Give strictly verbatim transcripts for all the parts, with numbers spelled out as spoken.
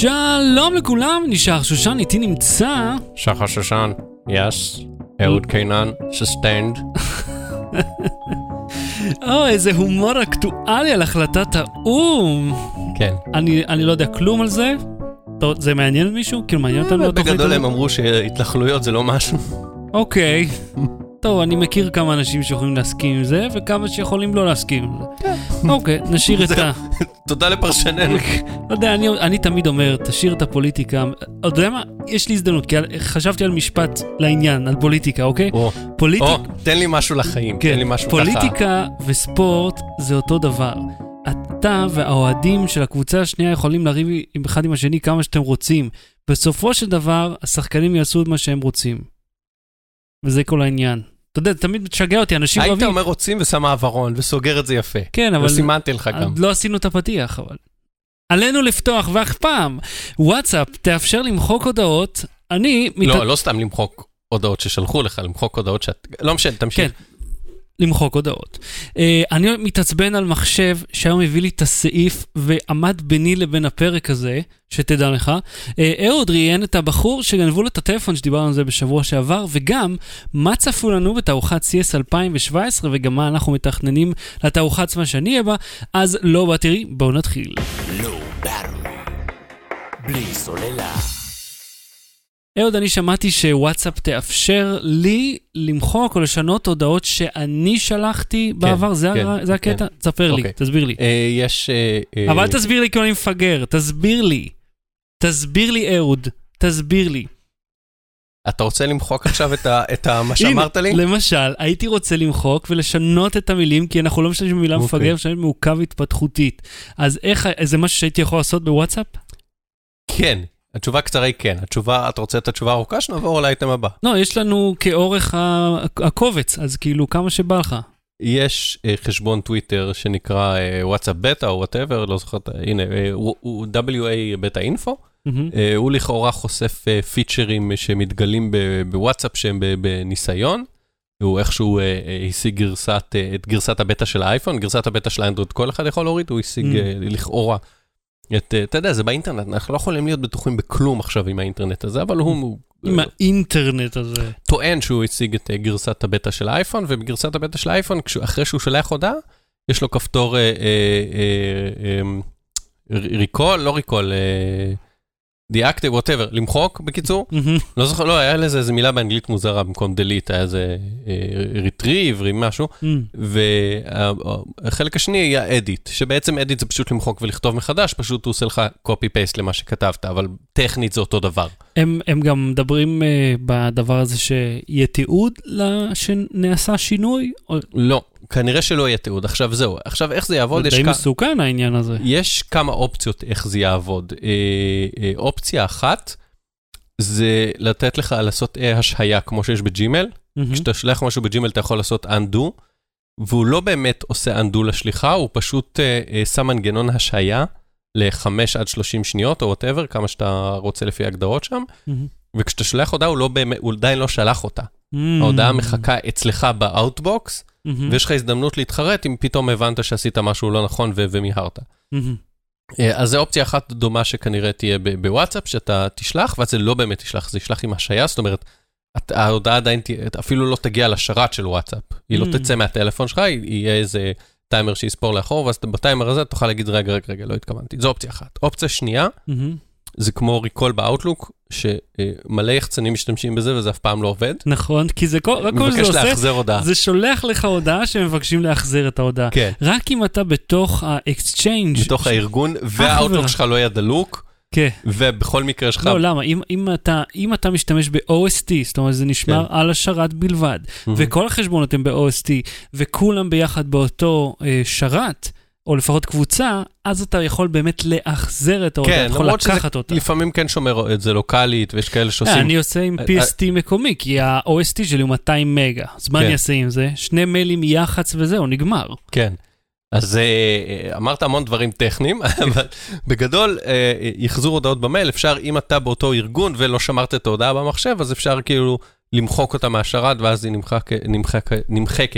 שלום לכולם, נשאר שושן, איתי נמצא... שחר שושן, yes, אהוד קינן, sustained. או, איזה הומור אקטואלי על החלטת האום. כן. אני, אני לא יודע כלום על זה. זה מעניין מישהו? כאילו מעניין אותנו לתוכנית הזאת? בגדול הם אמרו שהתנחלויות זה לא משהו. אוקיי. טוב, אני מכיר כמה אנשים שיכולים להסכים עם זה, וכמה שיכולים לא להסכים עם זה. אוקיי, נשאיר את ה... תודה לפרשננו. לא יודע, אני, אני תמיד אומר, תשאיר את הפוליטיקה. אתה יודע מה? יש לי הזדמנות, כי חשבתי על משפט לעניין, על פוליטיקה, אוקיי? או, פוליטיק... או, תן לי משהו לחיים, כן, תן לי משהו פוליטיקה ככה. וספורט זה אותו דבר. אתה והאוהדים של הקבוצה השנייה יכולים לריב אחד עם השני כמה שאתם רוצים. בסופו של דבר, השחקנים יעשו את מה שהם רוצים. וזה כל העניין. אתה יודע, תמיד משגע אותי, אנשים רבים... היית אומר רוצים ושם העברון, וסוגר את זה יפה. כן, אבל... וסימנתי לך גם. לא עשינו את הפתיח, אבל... עלינו לפתוח, ואך פעם, וואטסאפ תאפשר למחוק הודעות, אני... לא, מת... לא סתם למחוק הודעות ששלחו לך, למחוק הודעות שאת... לא משנה, תמשיך. כן. למחוק הודעות. Uh, אני מתעצבן על מחשב שהיום הביא לי את הסעיף ועמד ביני לבין הפרק הזה, שתדע לך. אהוד uh, ראיין את הבחור שגנבו לו את הטלפון שדיברנו על זה בשבוע שעבר, וגם מה צפו לנו בתערוכת סי אס אלפיים שבע עשרה, וגם מה אנחנו מתכננים לתערוכת עצמה שאני אהיה בה, אז לא בא תראי, בואו נתחיל. לא ברור. בלי סוללה. אהוד, אני שמעתי שוואטסאפ תאפשר לי למחוק או לשנות הודעות שאני שלחתי בעבר, זה הקטע? תספר לי, תסביר לי. יש... אבל תסביר לי כי אני מפגר, תסביר לי. תסביר לי, אהוד, תסביר לי. אתה רוצה למחוק עכשיו את מה שאמרת לי? למשל, הייתי רוצה למחוק ולשנות את המילים, כי אנחנו לא משתמשים במילה מפגר, משתמשים מעוקב התפתחותית. אז איך, זה משהו שהייתי יכול לעשות בוואטסאפ? כן. התשובה קצרה היא כן. התשובה, אתה רוצה את התשובה הארוכה? שנעבור לאייטם הבא. לא, יש לנו כאורך הקובץ, אז כאילו כמה שבא לך. יש חשבון טוויטר שנקרא וואטסאפ בטא או whatever, לא זוכרת, הנה, הוא דאבליו איי בטא אינפו. הוא לכאורה חושף פיצ'רים שמתגלים בוואטסאפ שהם בניסיון. הוא איכשהו השיג גרסת, את גרסת הבטא של האייפון, גרסת הבטא של האנדרואיד כל אחד יכול להוריד, הוא השיג לכאורה. את, אתה יודע, זה באינטרנט, אנחנו לא יכולים להיות בטוחים בכלום עכשיו עם האינטרנט הזה, אבל הוא... עם האינטרנט הזה. טוען שהוא הציג את גרסת הבטא של האייפון, ובגרסת הבטא של האייפון, אחרי שהוא שולח הודעה, יש לו כפתור ריקול, לא ריקול, deactive, whatever, למחוק, בקיצור. לא זוכר, לא, היה לזה איזו מילה באנגלית מוזרה, במקום delete, היה איזה retrieve, משהו, והחלק השני היה edit, שבעצם edit זה פשוט למחוק ולכתוב מחדש, פשוט הוא עושה לך copy-paste למה שכתבת, אבל טכנית זה אותו דבר. הם גם מדברים בדבר הזה שיהיה תיעוד שנעשה שינוי? לא. כנראה שלא יהיה תיעוד. עכשיו זהו. עכשיו איך זה יעבוד? זה די מסוכן העניין הזה. יש כמה אופציות איך זה יעבוד. אופציה אחת, זה לתת לך לעשות השהיה כמו שיש בג'ימל. כשאתה שלח משהו בג'ימל אתה יכול לעשות undo, והוא לא באמת עושה undo לשליחה, הוא פשוט שם מנגנון השהיה ל-חמש עד שלושים שניות, או whatever, כמה שאתה רוצה לפי הגדרות שם, וכשאתה שלח הודעה, הוא, לא באמת, הוא עדיין לא שלח אותה. ההודעה מחכה אצלך באוטבוקס, ויש לך הזדמנות להתחרט אם פתאום הבנת שעשית משהו לא נכון ומיהרת. אז זו אופציה אחת דומה שכנראה תהיה בוואטסאפ, שאתה תשלח, ואז זה לא באמת תשלח, זה ישלח עם השהיה, זאת אומרת, ההודעה עדיין אפילו לא תגיע לשרת של וואטסאפ, היא לא תצא מהטלפון שלך, יהיה איזה טיימר שיספור לאחור, ואז בטיימר הזה תוכל להגיד רגע, רגע, רגע, לא התכוונתי. זו אופציה אחת. אופציה שנייה, זה כמו ריקול באוטלוק, שמלא יחצנים משתמשים בזה, וזה אף פעם לא עובד. נכון, כי זה כל זה עושה, זה שולח לך הודעה שמבקשים להחזיר את ההודעה. רק אם אתה בתוך ה-exchange. בתוך הארגון, והאוטלוק שלך לא יהיה דלוק, ובכל מקרה שלך... לא, למה? אם אתה משתמש ב-או אס טי, זאת אומרת, זה נשמר על השרת בלבד, וכל החשבון אתם ב-או אס טי, וכולם ביחד באותו שרת, או לפחות קבוצה, אז אתה יכול באמת להחזר את ההודעה, אתה יכול לקחת אותה. לפעמים כן שומר את זה לוקלית, ויש כאלה שעושים... אני עושה עם פי אס טי מקומי, כי ה-או אס טי שלי הוא מאתיים מגה. אז מה אני אעשה עם זה? שני מיילים יח"צ וזהו, נגמר. כן. אז אמרת המון דברים טכניים, אבל בגדול, יחזור הודעות במייל, אפשר, אם אתה באותו ארגון ולא שמרת את ההודעה במחשב, אז אפשר כאילו למחוק אותה מהשרת, ואז היא נמחקת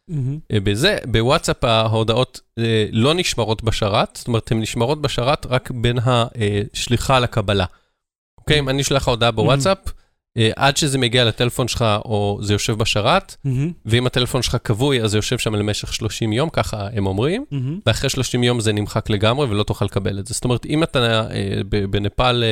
בזה, בוואטסאפ ההודעות לא נשמרות בשרת, זאת אומרת, הן נשמרות בשרת רק בין השליחה לקבלה. אוקיי, אם אני אשלח ההודעה בוואטסאפ, עד שזה מגיע לטלפון שלך, או זה יושב בשרת, ואם הטלפון שלך קבוי, אז זה יושב שם למשך שלושים יום, ככה הם אומרים, ואחרי שלושים יום זה נמחק לגמרי, ולא תוכל לקבל את זה. זאת אומרת, אם אתה בנפאל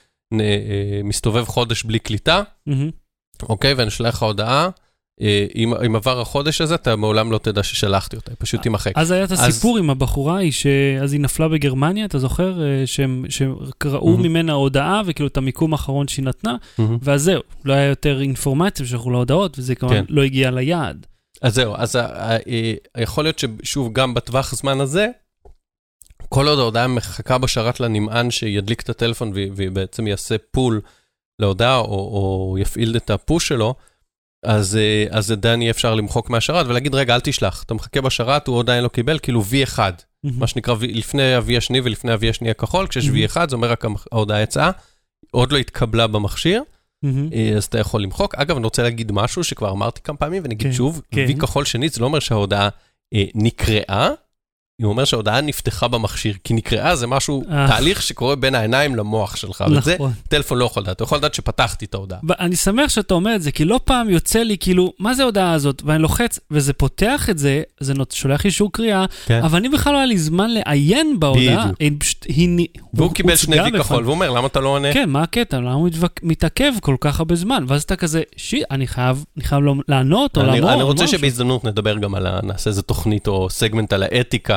מסתובב חודש בלי קליטה, אוקיי, ואני אשלח לך הודעה, אם עבר החודש הזה, אתה מעולם לא תדע ששלחתי אותה, פשוט תימחק. אז היה את הסיפור עם הבחורה, אז היא נפלה בגרמניה, אתה זוכר, שקראו ממנה הודעה, וכאילו את המיקום האחרון שהיא נתנה, ואז זהו, לא היה יותר אינפורמציה שלחו להודעות, וזה כמובן לא הגיע ליעד. אז זהו, אז יכול להיות ששוב, גם בטווח הזמן הזה, כל עוד ההודעה מחכה בשרת לנמען שידליק את הטלפון, ובעצם יעשה פול להודעה, או יפעיל את הפוש שלו, אז, אז עדיין יהיה אפשר למחוק מהשרת, ולהגיד, רגע, אל תשלח. אתה מחכה בשרת, הוא עדיין לא קיבל, כאילו וי אחד. Mm-hmm. מה שנקרא, לפני ה-וי השני ולפני ה-וי השני הכחול, כשיש mm-hmm. וי אחד, זה אומר רק ההודעה יצאה, עוד לא התקבלה במכשיר, mm-hmm. אז אתה יכול למחוק. אגב, אני רוצה להגיד משהו שכבר אמרתי כמה פעמים, ונגיד okay. שוב, okay. וי כחול שני, זה לא אומר שההודעה אה, נקראה, הוא אומר שההודעה נפתחה במכשיר, כי נקראה זה משהו, תהליך שקורה בין העיניים למוח שלך, וזה טלפון לא יכול לדעת, אתה יכול לדעת שפתחתי את ההודעה. אני שמח שאתה אומר את זה, כי לא פעם יוצא לי, כאילו, מה זה ההודעה הזאת? ואני לוחץ, וזה פותח את זה, זה שולח אישור קריאה, אבל אני בכלל לא היה לי זמן לעיין בהודעה. והוא קיבל שני וי כחול, והוא אומר, למה אתה לא עונה? כן, מה הקטע? למה הוא מתעכב כל כך הרבה זמן? ואז אתה כזה, שי, אני חייב לענות או לעמוד. אני רוצה שבהזדמנות נדבר גם על, נעשה איזה תוכנית או סגמנט על האתיקה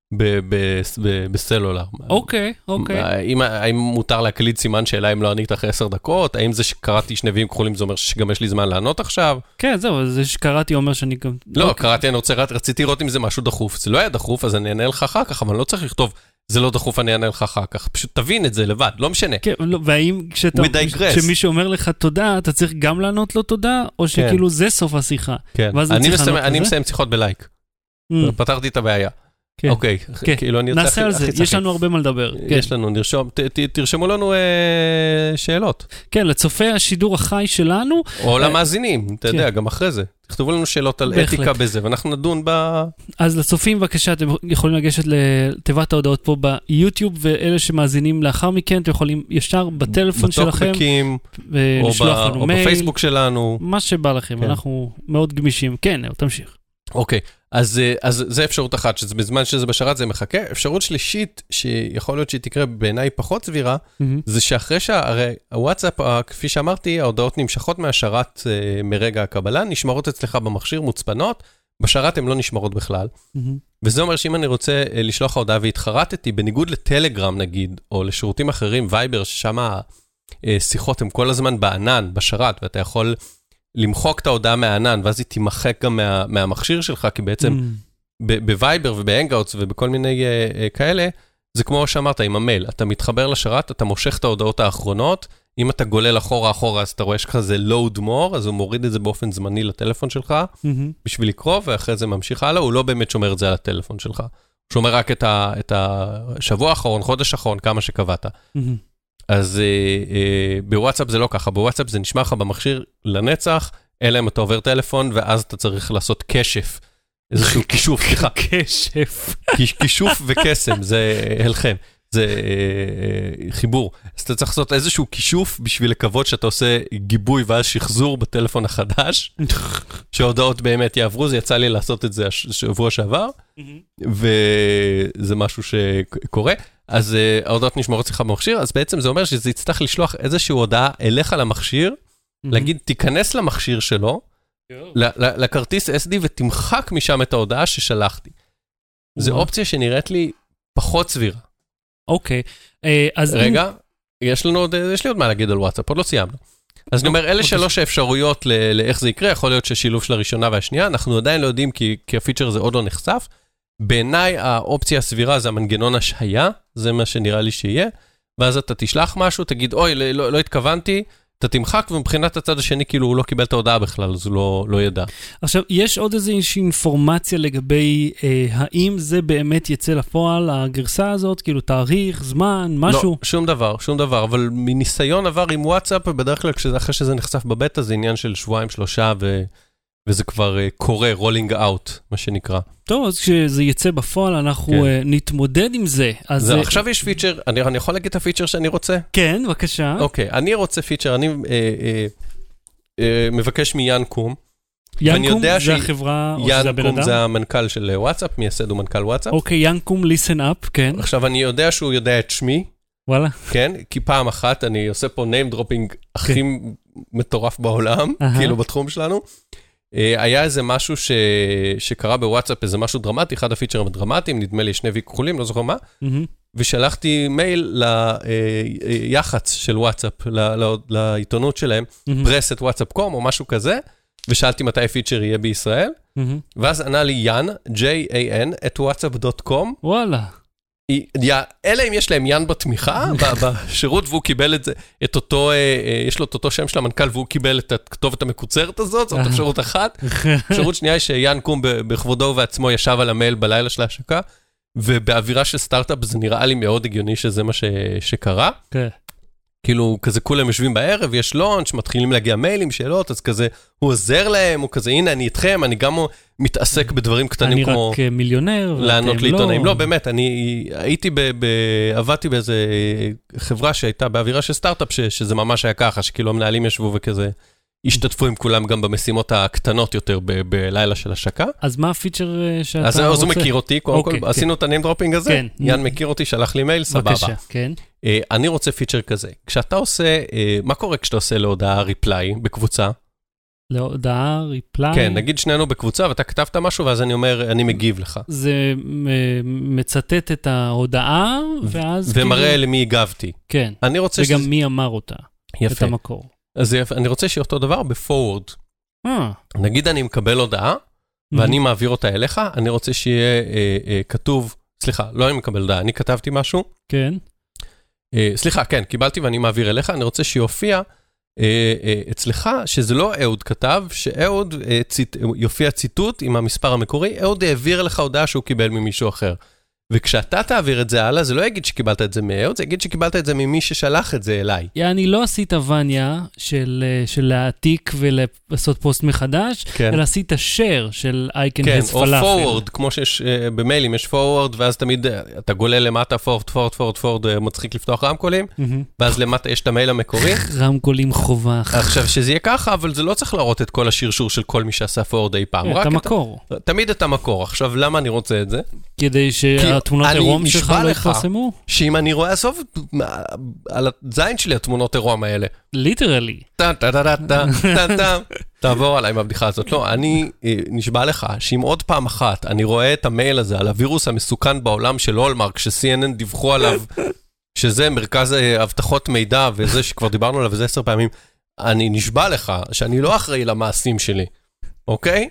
בסלולר. אוקיי, אוקיי. האם מותר להקליד סימן שאלה אם לא ענית אחרי עשר דקות? האם זה שקראתי שני ויים כחולים זה אומר שגם יש לי זמן לענות עכשיו? כן, זהו, זה שקראתי אומר שאני גם... לא, קראתי, אני רוצה, רציתי לראות אם זה משהו דחוף. זה לא היה דחוף, אז אני אענה לך אחר כך, אבל אני לא צריך לכתוב, זה לא דחוף, אני אענה לך אחר כך. פשוט תבין את זה לבד, לא משנה. כן, והאם כשמישהו אומר לך תודה, אתה צריך גם לענות לו תודה, או שכאילו זה סוף השיחה? כן, אני מסיים שיחות בלייק. פתרתי את הבעיה. אוקיי, כאילו אני רוצה... נעשה על זה, יש לנו הרבה מה לדבר. יש לנו, נרשום, תרשמו לנו שאלות. כן, לצופי השידור החי שלנו. או למאזינים, אתה יודע, גם אחרי זה. תכתבו לנו שאלות על אתיקה בזה, ואנחנו נדון ב... אז לצופים, בבקשה, אתם יכולים לגשת לתיבת ההודעות פה ביוטיוב, ואלה שמאזינים לאחר מכן, אתם יכולים ישר בטלפון שלכם. בטוקבקים, או בפייסבוק שלנו. מה שבא לכם, אנחנו מאוד גמישים. כן, תמשיך. אוקיי, אז, אז זה אפשרות אחת, שבזמן שזה בשרת זה מחכה. אפשרות שלישית, שיכול להיות שהיא תקרה בעיניי פחות סבירה, mm-hmm. זה שאחרי שהרי הוואטסאפ, כפי שאמרתי, ההודעות נמשכות מהשרת uh, מרגע הקבלה, נשמרות אצלך במכשיר, מוצפנות, בשרת הן לא נשמרות בכלל. Mm-hmm. וזה אומר שאם אני רוצה uh, לשלוח ההודעה והתחרטתי, בניגוד לטלגרם נגיד, או לשירותים אחרים, וייבר, ששם השיחות הן כל הזמן בענן, בשרת, ואתה יכול... למחוק את ההודעה מהענן, ואז היא תימחק גם מה, מהמכשיר שלך, כי בעצם mm. בווייבר ובהנגאוטס ובכל מיני uh, uh, כאלה, זה כמו שאמרת עם המייל, אתה מתחבר לשרת, אתה מושך את ההודעות האחרונות, אם אתה גולל אחורה אחורה, אז אתה רואה שכך זה load more, אז הוא מוריד את זה באופן זמני לטלפון שלך, mm-hmm. בשביל לקרוא, ואחרי זה ממשיך הלאה, הוא לא באמת שומר את זה על הטלפון שלך. הוא שומר רק את, ה, את השבוע האחרון, חודש האחרון, כמה שקבעת. Mm-hmm. אז אה, אה, בוואטסאפ זה לא ככה, בוואטסאפ זה נשמע לך במכשיר לנצח, אלא אם אתה עובר טלפון, ואז אתה צריך לעשות קשף, איזשהו כישוף, סליחה. קשף. כישוף וקסם, זה הלחם, זה אה, אה, חיבור. אז אתה צריך לעשות איזשהו כישוף, בשביל לקוות שאתה עושה גיבוי, ואז שחזור בטלפון החדש, שההודעות באמת יעברו, זה יצא לי לעשות את זה השבוע שעבר, וזה משהו שקורה. אז uh, ההודעות נשמרות אצלך במכשיר, אז בעצם זה אומר שזה יצטרך לשלוח איזושהי הודעה אליך למכשיר, mm-hmm. להגיד, תיכנס למכשיר שלו, לכרטיס אס די, ותמחק משם את ההודעה ששלחתי. Mm-hmm. זו אופציה שנראית לי פחות סבירה. אוקיי. Okay. Uh, אז... רגע, אם... יש לנו עוד, יש לי עוד מה להגיד על וואטסאפ, עוד לא סיימנו. אז אני אומר, אלה שלוש האפשרויות ל- לאיך זה יקרה, יכול להיות ששילוב של הראשונה והשנייה, אנחנו עדיין לא יודעים, כי, כי הפיצ'ר הזה עוד לא נחשף, בעיניי האופציה הסבירה זה המנגנון השהיה, זה מה שנראה לי שיהיה, ואז אתה תשלח משהו, תגיד, אוי, לא, לא התכוונתי, אתה תמחק, ומבחינת הצד השני, כאילו הוא לא קיבל את ההודעה בכלל, אז הוא לא, לא ידע. עכשיו, יש עוד איזושהי אינפורמציה לגבי, אה, האם זה באמת יצא לפועל, הגרסה הזאת, כאילו תאריך, זמן, משהו? לא, שום דבר, שום דבר, אבל מניסיון עבר עם וואטסאפ, בדרך כלל, אחרי שזה נחשף בבטא, זה עניין של שבועיים, שלושה, ו... וזה כבר uh, קורה, רולינג אאוט, מה שנקרא. טוב, אז כשזה יצא בפועל, אנחנו כן. uh, נתמודד עם זה. אז זה, uh, עכשיו יש פיצ'ר, אני, אני יכול להגיד את הפיצ'ר שאני רוצה? כן, בבקשה. אוקיי, okay, אני רוצה פיצ'ר, אני uh, uh, uh, מבקש מיאנקום. יאנקום זה ש... החברה, או שזה הבן אדם? יאנקום זה המנכ"ל של וואטסאפ, מייסד הוא מנכ"ל וואטסאפ. אוקיי, יאנקום, listen up, כן. עכשיו, אני יודע שהוא יודע את שמי. וואלה. כן, כי פעם אחת אני עושה פה name dropping הכי מטורף בעולם, כאילו בתחום שלנו. היה איזה משהו שקרה בוואטסאפ, איזה משהו דרמטי, אחד הפיצ'רים הדרמטיים, נדמה לי שני ויקחולים, לא זוכר מה, ושלחתי מייל ליח"צ של וואטסאפ, לעיתונות שלהם, press at whatsapp dot com או משהו כזה, ושאלתי מתי פיצ'ר יהיה בישראל, ואז ענה לי יאן, ג'יי איי אן, at whatsapp dot com. וואלה. אלא אם יש להם יאן בתמיכה, בשירות, והוא קיבל את זה, את אותו, יש לו את אותו שם של המנכ"ל, והוא קיבל את הכתובת המקוצרת הזאת, זאת אפשרות אחת. אפשרות שנייה היא שיאן קום בכבודו ובעצמו ישב על המייל בלילה של ההשקה, ובאווירה של סטארט-אפ זה נראה לי מאוד הגיוני שזה מה שקרה. כן. כאילו, כזה כולם יושבים בערב, יש לונץ', מתחילים להגיע מיילים, שאלות, אז כזה, הוא עוזר להם, הוא כזה, הנה, אני איתכם, אני גם מתעסק בדברים קטנים כמו... אני רק מיליונר, לענות לעיתונאים. לא, באמת, אני הייתי, עבדתי באיזה חברה שהייתה באווירה של סטארט-אפ, שזה ממש היה ככה, שכאילו המנהלים ישבו וכזה, השתתפו עם כולם גם במשימות הקטנות יותר בלילה של השקה. אז מה הפיצ'ר שאתה רוצה? אז הוא מכיר אותי, קודם כל, אוקיי, עשינו את הניים דרופינג הזה, כן. יאן מכיר אותי, שלח לי מייל, סבבה. בבקשה, כן. אני רוצה פיצ'ר כזה. כשאתה עושה, מה קורה כשאתה עושה להודעה ריפליי בקבוצה? להודעה ריפליי? כן, נגיד שנינו בקבוצה, ואתה כתבת משהו, ואז אני אומר, אני מגיב לך. זה מצטט את ההודעה, ואז... ומראה למי הגבתי. כן. אני רוצה וגם מי אמר אותה. יפה. את המקור. אז אני רוצה שיהיה אותו דבר בפורוורד. נגיד אני מקבל הודעה, ואני מעביר אותה אליך, אני רוצה שיהיה כתוב, סליחה, לא אני מקבל הודעה, אני כתבתי משהו. כן. סליחה, כן, קיבלתי ואני מעביר אליך, אני רוצה שיופיע אצלך, שזה לא אהוד כתב, שאהוד יופיע ציטוט עם המספר המקורי, אהוד העביר לך הודעה שהוא קיבל ממישהו אחר. וכשאתה תעביר את זה הלאה, זה לא יגיד שקיבלת את זה מאהוד, זה יגיד שקיבלת את זה ממי ששלח את זה אליי. אני לא עשית וניה של, של להעתיק ולעשות פוסט מחדש, כן. אלא עשית share של I can כן, has falafel. או forward, כמו שיש uh, במיילים, יש forward, ואז תמיד uh, אתה גולל למטה forward, forward, forward, forward, uh, מצחיק לפתוח רמקולים, mm-hmm. ואז למטה יש את המייל המקורי. רמקולים חובה. עכשיו, שזה יהיה ככה, אבל זה לא צריך להראות את כל השרשור של כל מי שעשה forward אי פעם. את המקור. את, תמיד את המקור. עכשיו, למה אני רוצה את זה? כדי שהתמונות עירום שלך לא יתפרסמו? שאם אני רואה, עזוב, על הזין שלי התמונות עירום האלה. ליטרלי. תעבור עליי מהבדיחה הזאת. לא, אני נשבע לך, שאם עוד פעם אחת אני רואה את המייל הזה על הווירוס המסוכן בעולם של הולמרק, ש-סי אן אן דיווחו עליו, שזה מרכז הבטחות מידע, וזה שכבר דיברנו עליו איזה עשר פעמים, אני נשבע לך שאני לא אחראי למעשים שלי. אוקיי?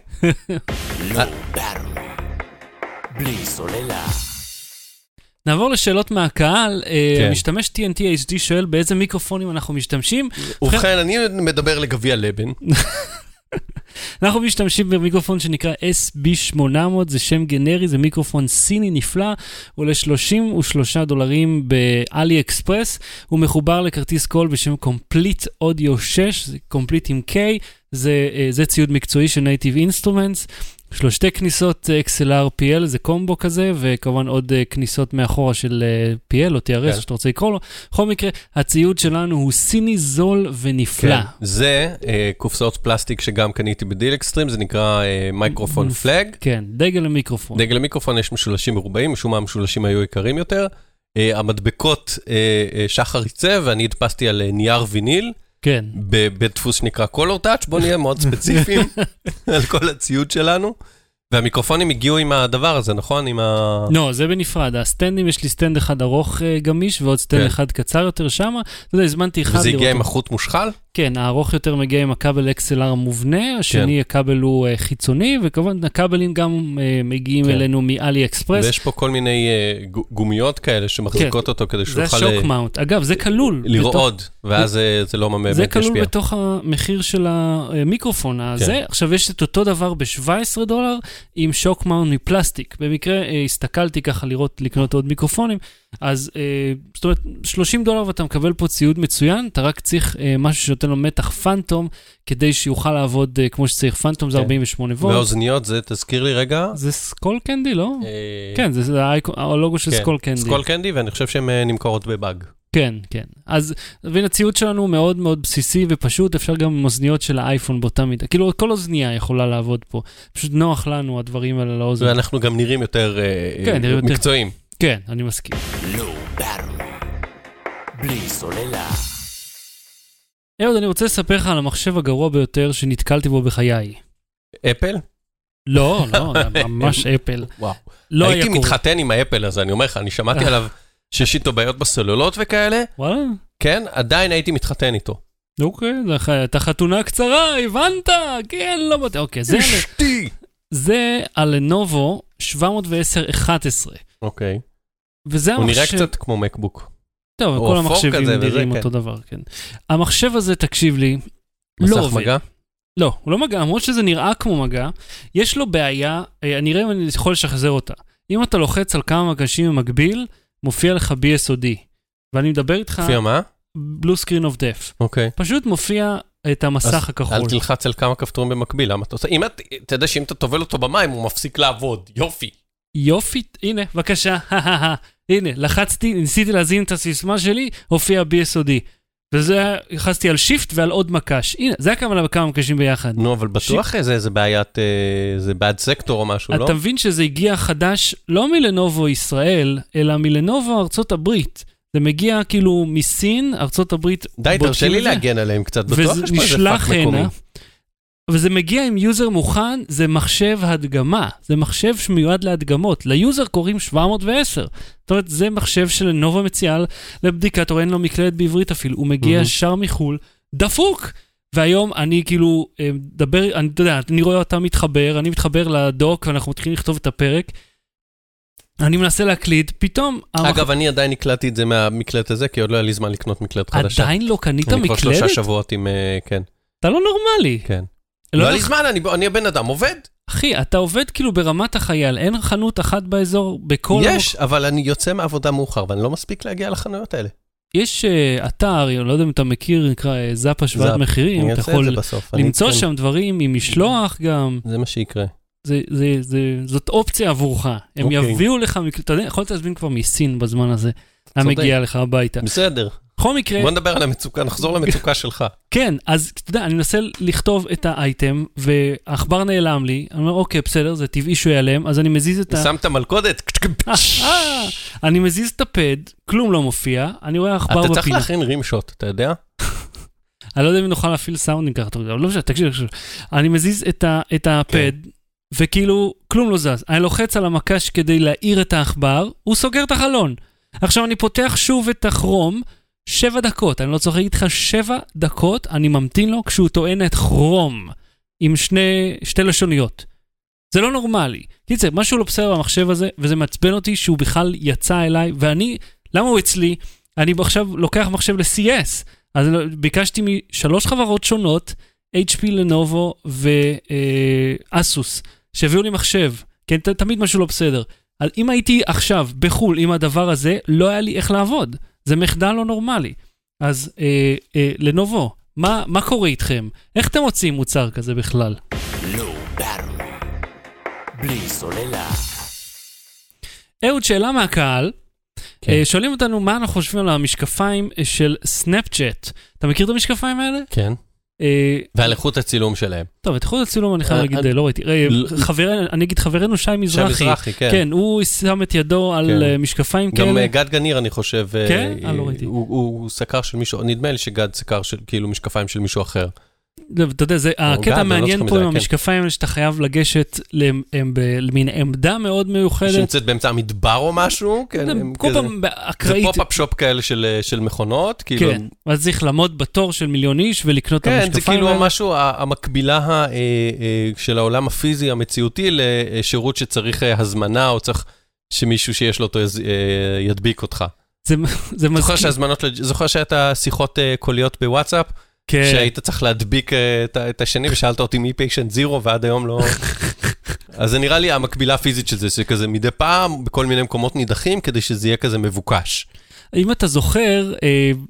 בלי סוללה. נעבור לשאלות מהקהל. משתמש טי אן טי אייץ' די שואל באיזה מיקרופונים אנחנו משתמשים. ובכן, אני מדבר לגביע לבן. אנחנו משתמשים במיקרופון שנקרא אס בי שמונה מאות, זה שם גנרי, זה מיקרופון סיני נפלא, הוא עולה שלושים ושלושה דולרים באלי אקספרס, הוא מחובר לכרטיס קול בשם Complete Audio שש, זה Complete עם K, זה, זה ציוד מקצועי של Native Instruments, שלושתי כניסות אקס אל אר פי אל, זה קומבו כזה, וכמובן עוד כניסות מאחורה של פי אל או טי אר אס, שאתה רוצה לקרוא לו. בכל מקרה, הציוד שלנו הוא סיני זול ונפלא. זה קופסאות פלסטיק שגם קניתי בדיל אקסטרים, זה נקרא מייקרופון פלאג. כן, דגל למיקרופון. דגל למיקרופון יש משולשים מרובעים, משום מה המשולשים היו יקרים יותר. המדבקות שחר ייצב, ואני הדפסתי על נייר ויניל. כן. בדפוס שנקרא Color Touch, בוא נהיה מאוד ספציפיים על כל הציוד שלנו. והמיקרופונים הגיעו עם הדבר הזה, נכון? עם ה... לא, זה בנפרד. הסטנדים, יש לי סטנד אחד ארוך גמיש, ועוד סטנד אחד קצר יותר שמה. אתה יודע, הזמנתי אחד... וזה הגיע עם החוט מושחל? כן, הארוך יותר מגיע עם הכבל אקס אל אר המובנה, השני הכבל הוא חיצוני, וכמובן הכבלים גם מגיעים אלינו מאלי אקספרס. ויש פה כל מיני גומיות כאלה שמחזיקות אותו כדי שהוא יוכל... זה השוק מאונט. אגב, זה כלול. לרעוד, ואז זה לא באמת ישפיע. זה כלול בתוך המחיר של המיקרופון הזה. עכשיו, יש את אותו דבר ב-שבעה עשר דולר, עם שוק מאונט מפלסטיק. במקרה, הסתכלתי ככה לראות, לקנות עוד מיקרופונים, אז, זאת אומרת, שלושים דולר ואתה מקבל פה ציוד מצוין, אתה רק צריך משהו שנותן לו מתח פנטום, כדי שיוכל לעבוד כמו שצריך. פנטום זה ארבעים ושמונה וולט. והאוזניות זה, תזכיר לי רגע. זה סקול קנדי, לא? כן, זה הלוגו של סקול קנדי. סקול קנדי, ואני חושב שהן נמכרות בבאג. כן, כן. אז, בין הציוד שלנו מאוד מאוד בסיסי ופשוט, אפשר גם עם אוזניות של האייפון באותה מידה. כאילו, כל אוזנייה יכולה לעבוד פה. פשוט נוח לנו הדברים האלה לאוזן. ואנחנו גם נראים יותר כן, נראים יותר מקצועיים. כן, אני מסכים. בלי סוללה. אהוד, אני רוצה לספר לך על המחשב הגרוע ביותר שנתקלתי בו בחיי. אפל? לא, לא, ממש אפל. וואו. לא הייתי מתחתן עם האפל הזה, אני אומר לך, אני שמעתי עליו שיש איתו בעיות בסוללות וכאלה. וואלה? כן, עדיין הייתי מתחתן איתו. אוקיי, הייתה חתונה קצרה, הבנת? כן, לא בטח. אוקיי, זה... אשתי! זה הלנובו שבע מאות ועשר אחת עשרה. אוקיי. וזה הוא המחשב... נראה קצת כמו מקבוק. טוב, כל המחשבים נראים אותו דבר, כן. המחשב הזה, תקשיב לי, לא עובד. מגע? לא, הוא לא מגע, למרות שזה נראה כמו מגע, יש לו בעיה, אני אראה אם אני יכול לשחזר אותה. אם אתה לוחץ על כמה מגשים במקביל, מופיע לך בי אס או די. ואני מדבר איתך... מופיע מה? Blue Screen of Death. אוקיי. פשוט מופיע את המסך הכחול. אל תלחץ על כמה כפתורים במקביל, למה אתה עושה? אם אתה יודע שאם אתה תובל אותו במים, הוא מפסיק לעבוד. יופי. יופי, הנה, בבקשה, הנה, לחצתי, ניסיתי להזין את הסיסמה שלי, הופיע בי אס או די. וזה, לחצתי על שיפט ועל עוד מקש. הנה, זה הכוונה בכמה מקשים ביחד. נו, אבל בטוח זה בעיית, זה בעד סקטור או משהו, לא? אתה מבין שזה הגיע חדש, לא מלנובו ישראל, אלא מלנובו ארצות הברית. זה מגיע כאילו מסין, ארצות הברית. די, תרשה לי להגן עליהם קצת, בטוח יש פה איזה פאק מקומי. וזה מגיע עם יוזר מוכן, זה מחשב הדגמה, זה מחשב שמיועד להדגמות, ליוזר קוראים שבע מאות ועשר, זאת אומרת, זה מחשב של נובה מציעה לבדיקת, או אין לו מקלדת בעברית אפילו, הוא מגיע שר מחול, דפוק, והיום אני כאילו, דבר, אני, אתה יודע, אני רואה אותה מתחבר, אני מתחבר לדוק, ואנחנו מתחילים לכתוב את הפרק, אני מנסה להקליד, פתאום... אגב, אני עדיין הקלטתי את זה מהמקלט הזה, כי עוד לא היה לי זמן לקנות מקלט חדשה. עדיין לא קנית מקלדת? אני כבר שלושה שבועות עם, כן. אתה לא נורמלי. כן. לא היה לי זמן, אני הבן אדם, עובד. אחי, אתה עובד כאילו ברמת החייל, אין חנות אחת באזור, בכל... יש, אבל אני יוצא מעבודה מאוחר, ואני לא מספיק להגיע לחנויות האלה. יש אתר, לא יודע אם אתה מכיר, נקרא זאפ השוואת מחירים, אתה יכול למצוא שם דברים עם משלוח גם. זה מה שיקרה. זאת אופציה עבורך. הם יביאו לך, אתה יודע, יכולת להזמין כבר מסין בזמן הזה, המגיע לך הביתה. בסדר. בכל מקרה... בוא נדבר על המצוקה, נחזור למצוקה שלך. כן, אז אתה יודע, אני מנסה לכתוב את האייטם, והאחבר נעלם לי, אני אומר, אוקיי, בסדר, זה טבעי שהוא ייעלם, אז אני מזיז את ה... שמת מלכודת? אני מזיז את הפד, כלום לא מופיע, אני רואה האחבר בפינה. אתה צריך להכין רימשוט, אתה יודע? אני לא יודע אם נוכל להפעיל סאונדים ככה, אבל לא משנה, תקשיב, תקשיב. אני מזיז את הפד, וכאילו, כלום לא זז. אני לוחץ על המקש כדי להעיר את האחבר, הוא סוגר את החלון. עכשיו אני פותח שוב את הכרום, שבע דקות, אני לא צריך להגיד לך שבע דקות, אני ממתין לו כשהוא טוען את כרום, עם שני, שתי לשוניות. זה לא נורמלי. קיצר, משהו לא בסדר במחשב הזה, וזה מעצבן אותי שהוא בכלל יצא אליי, ואני, למה הוא אצלי? אני עכשיו לוקח מחשב ל-סי אס, אז ביקשתי משלוש חברות שונות, אייץ' פי, לנובו ואסוס, שהביאו לי מחשב, כן, תמיד משהו לא בסדר. אז אם הייתי עכשיו בחול עם הדבר הזה, לא היה לי איך לעבוד. זה מחדל לא נורמלי. אז אה, אה, לנובו, מה, מה קורה איתכם? איך אתם מוצאים מוצר כזה בכלל? לא ברור. בלי סוללה. אהוד, שאלה מהקהל. כן. אה, שואלים אותנו מה אנחנו חושבים על המשקפיים של סנאפצ'אט. אתה מכיר את המשקפיים האלה? כן. ועל איכות הצילום שלהם. טוב, את איכות הצילום אני חייב להגיד, לא ראיתי. אני אגיד חברנו שי מזרחי. שי מזרחי, כן. כן, הוא שם את ידו על משקפיים כאלה. גם גד גניר, אני חושב. כן? אני לא ראיתי. הוא סקר של מישהו, נדמה לי שגד סקר של כאילו משקפיים של מישהו אחר. אתה יודע, הקטע מעניין פה עם המשקפיים שאתה חייב לגשת למין עמדה מאוד מיוחדת. שנמצאת באמצע המדבר או משהו. כל פעם אקראית. זה פופ-אפ שופ כאלה של מכונות. כן, אז צריך לעמוד בתור של מיליון איש ולקנות את המשקפיים האלה. כן, זה כאילו משהו, המקבילה של העולם הפיזי המציאותי לשירות שצריך הזמנה או צריך שמישהו שיש לו אותו ידביק אותך. זה מזכיר. זוכר שהייתה שיחות קוליות בוואטסאפ? שהיית צריך להדביק את השני, ושאלת אותי מי פיישנט זירו, ועד היום לא... אז זה נראה לי המקבילה הפיזית של זה, שכזה מדי פעם, בכל מיני מקומות נידחים, כדי שזה יהיה כזה מבוקש. אם אתה זוכר,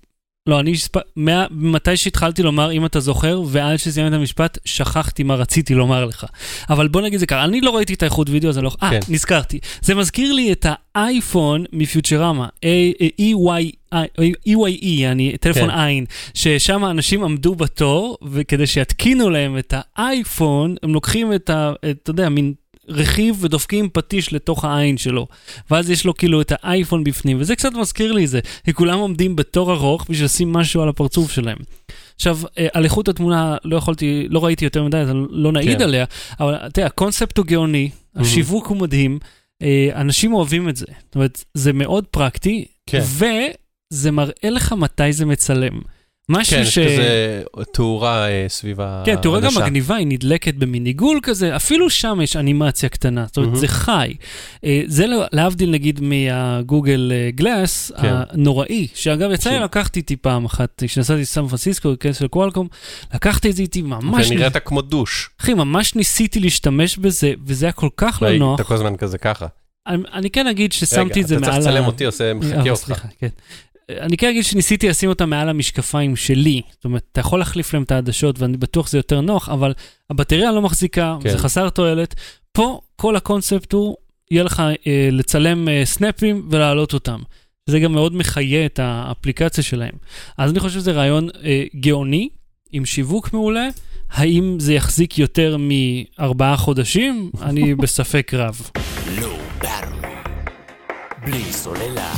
לא, אני, מתי שהתחלתי לומר, אם אתה זוכר, ועד שסיימתי את המשפט, שכחתי מה רציתי לומר לך. אבל בוא נגיד זה ככה, אני לא ראיתי את האיכות וידאו, אז אני לא... אה, נזכרתי. זה מזכיר לי את האייפון מפיוטרמה, E Y E, אני טלפון עין, ששם אנשים עמדו בתור, וכדי שיתקינו להם את האייפון, הם לוקחים את ה... אתה יודע, מין... רכיב ודופקים פטיש לתוך העין שלו, ואז יש לו כאילו את האייפון בפנים, וזה קצת מזכיר לי זה, כי כולם עומדים בתור ארוך בשביל לשים משהו על הפרצוף שלהם. עכשיו, על איכות התמונה לא יכולתי, לא ראיתי יותר מדי, אז לא נעיד כן. עליה, אבל תראה, הקונספט הוא גאוני, mm-hmm. השיווק הוא מדהים, אנשים אוהבים את זה, זאת אומרת, זה מאוד פרקטי, כן. וזה מראה לך מתי זה מצלם. משהו כן, ש... יש כזה תאורה אה, סביב העדשה. כן, תאורה גם מגניבה, היא נדלקת במיניגול כזה, אפילו שם יש אנימציה קטנה, זאת אומרת, mm-hmm. זה חי. אה, זה להבדיל נגיד מהגוגל גלאס, כן. הנוראי, שאגב יצא לי ש... לקחתי איתי פעם אחת, כשנסעתי סן פרנסיסקו, כנס של קואלקום, לקחתי את זה איתי ממש... ונראית נ... כמו דוש. אחי, ממש ניסיתי להשתמש בזה, וזה היה כל כך לא נוח. אתה כל הזמן כזה ככה. אני, אני כן אגיד ששמתי את זה מעל... רגע, אתה צריך לצלם אותי, עושה מחכה אותך. סליחה, כן. אני כן אגיד שניסיתי לשים אותה מעל המשקפיים שלי, זאת אומרת, אתה יכול להחליף להם את העדשות, ואני בטוח זה יותר נוח, אבל הבטריה לא מחזיקה, כן. זה חסר תועלת. פה כל הקונספט הוא, יהיה לך אה, לצלם אה, סנאפים ולהעלות אותם. זה גם מאוד מחיה את האפליקציה שלהם. אז אני חושב שזה רעיון אה, גאוני, עם שיווק מעולה. האם זה יחזיק יותר מארבעה חודשים? אני בספק רב. לא ברמי, בלי סוללה.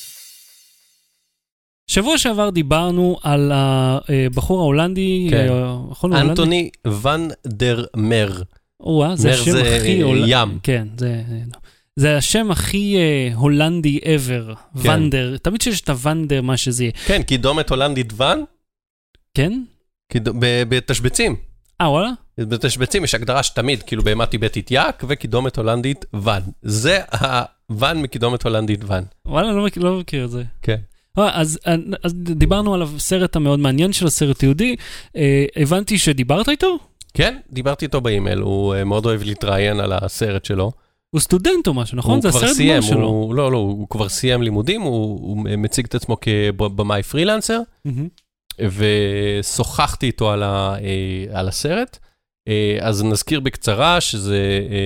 שבוע שעבר דיברנו על הבחור ההולנדי, כן. אנטוני ון דר מר. וואה, זה השם זה הכי הולנדי. ים. כן, זה, זה השם הכי הולנדי ever. כן. ונדר, תמיד שיש את הוונדר, מה שזה יהיה. כן, קידומת הולנדית ון? כן? קיד... בתשבצים. אה, וואלה? בתשבצים יש הגדרה שתמיד, כאילו בהמה טיבטית יק, וקידומת הולנדית ון. זה הוון מקידומת הולנדית ון. וואלה, לא, לא מכיר את זה. כן. אז, אז דיברנו על הסרט המאוד מעניין של הסרט יהודי, הבנתי שדיברת איתו? כן, דיברתי איתו באימייל, הוא מאוד אוהב להתראיין על הסרט שלו. הוא סטודנט או משהו, נכון? זה הסרט גמר שלו. הוא, לא, לא, הוא כבר סיים לימודים, הוא, הוא מציג את עצמו כבמאי פרילנסר, mm-hmm. ושוחחתי איתו על, ה, על הסרט, אז נזכיר בקצרה שזה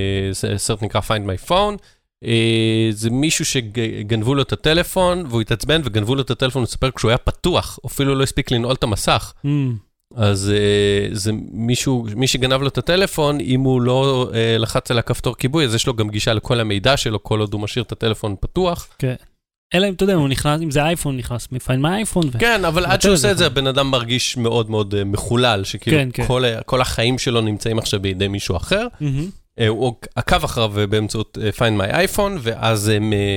סרט נקרא Find My Phone, זה מישהו שגנבו לו את הטלפון, והוא התעצבן וגנבו לו את הטלפון, הוא ספר כשהוא היה פתוח, אפילו לא הספיק לנעול את המסך. Mm. אז זה מישהו, מי שגנב לו את הטלפון, אם הוא לא לחץ על הכפתור כיבוי, אז יש לו גם גישה לכל המידע שלו, כל עוד הוא משאיר את הטלפון פתוח. כן. אלא אם אתה יודע, הוא נכנס, אם זה אייפון, נכנס מפיין מהאייפון. כן, אבל עד שהוא עושה את זה, הבן אדם מרגיש מאוד מאוד מחולל, שכאילו כל החיים שלו נמצאים עכשיו בידי מישהו אחר. הוא עקב אחריו באמצעות Find My iPhone, ואז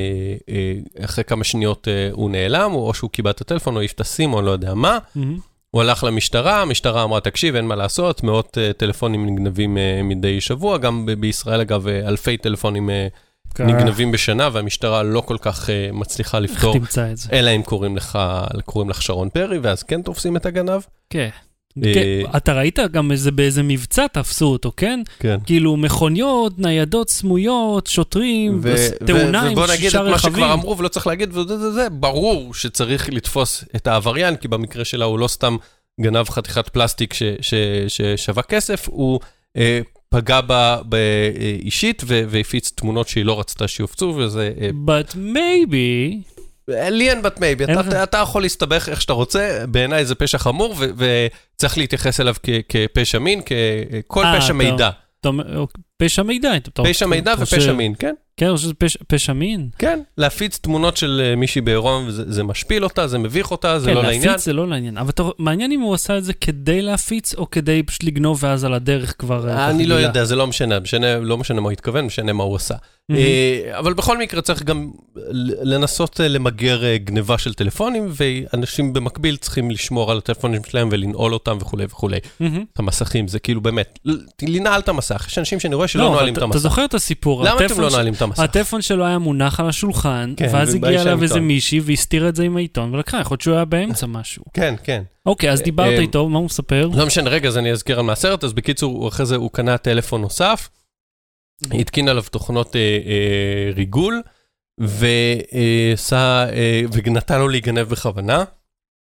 אחרי כמה שניות הוא נעלם, או שהוא קיבל את הטלפון, או יפתסים, או לא יודע מה. הוא הלך למשטרה, המשטרה אמרה, תקשיב, אין מה לעשות, מאות טלפונים נגנבים מדי שבוע, גם בישראל אגב, אלפי טלפונים נגנבים בשנה, והמשטרה לא כל כך מצליחה לפתור, אלא אם קוראים לך, קוראים לך שרון פרי, ואז כן תופסים את הגנב. כן. אתה ראית גם באיזה מבצע תפסו אותו, כן? כן. כאילו מכוניות, ניידות סמויות, שוטרים, תאונה עם שישה רכבים. ובוא נגיד את מה שכבר אמרו ולא צריך להגיד, וזה ברור שצריך לתפוס את העבריין, כי במקרה שלה הוא לא סתם גנב חתיכת פלסטיק ששווה כסף, הוא פגע בה אישית והפיץ תמונות שהיא לא רצתה שיופצו, וזה... But maybe... לי אין בת מייבי, אתה יכול להסתבך איך שאתה רוצה, בעיניי זה פשע חמור, וצריך להתייחס אליו כפשע מין, ככל פשע מידע. פשע מידע. פשע מידע ופשע מין, כן? כן, או שזה פשע מין? כן, להפיץ תמונות של מישהי בעירום, זה משפיל אותה, זה מביך אותה, זה לא לעניין. כן, להפיץ זה לא לעניין, אבל מעניין אם הוא עשה את זה כדי להפיץ, או כדי פשוט לגנוב ואז על הדרך כבר... אני לא יודע, זה לא משנה, לא משנה מה הוא התכוון, משנה מה הוא עשה. אבל בכל מקרה צריך גם לנסות למגר גניבה של טלפונים, ואנשים במקביל צריכים לשמור על הטלפונים שלהם ולנעול אותם וכו' וכו'. את המסכים, זה כאילו באמת, לנעל את המסך, יש אנשים שאני רואה שלא נועלים את המסך. אתה זוכר את הסיפור? למה אתם לא נועלים את המסך? הטלפון שלו היה מונח על השולחן, ואז הגיע אליו איזה מישהי והסתיר את זה עם העיתון, ולקחה, יכול להיות שהוא היה באמצע משהו. כן, כן. אוקיי, אז דיברת איתו, מה הוא מספר? לא משנה, רגע, אז אני אזכיר על מהסרט, אז בקיצור, אחרי זה הוא קנה טלפון נוסף, התקין עליו תוכנות ריגול, ונתן לו להיגנב בכוונה,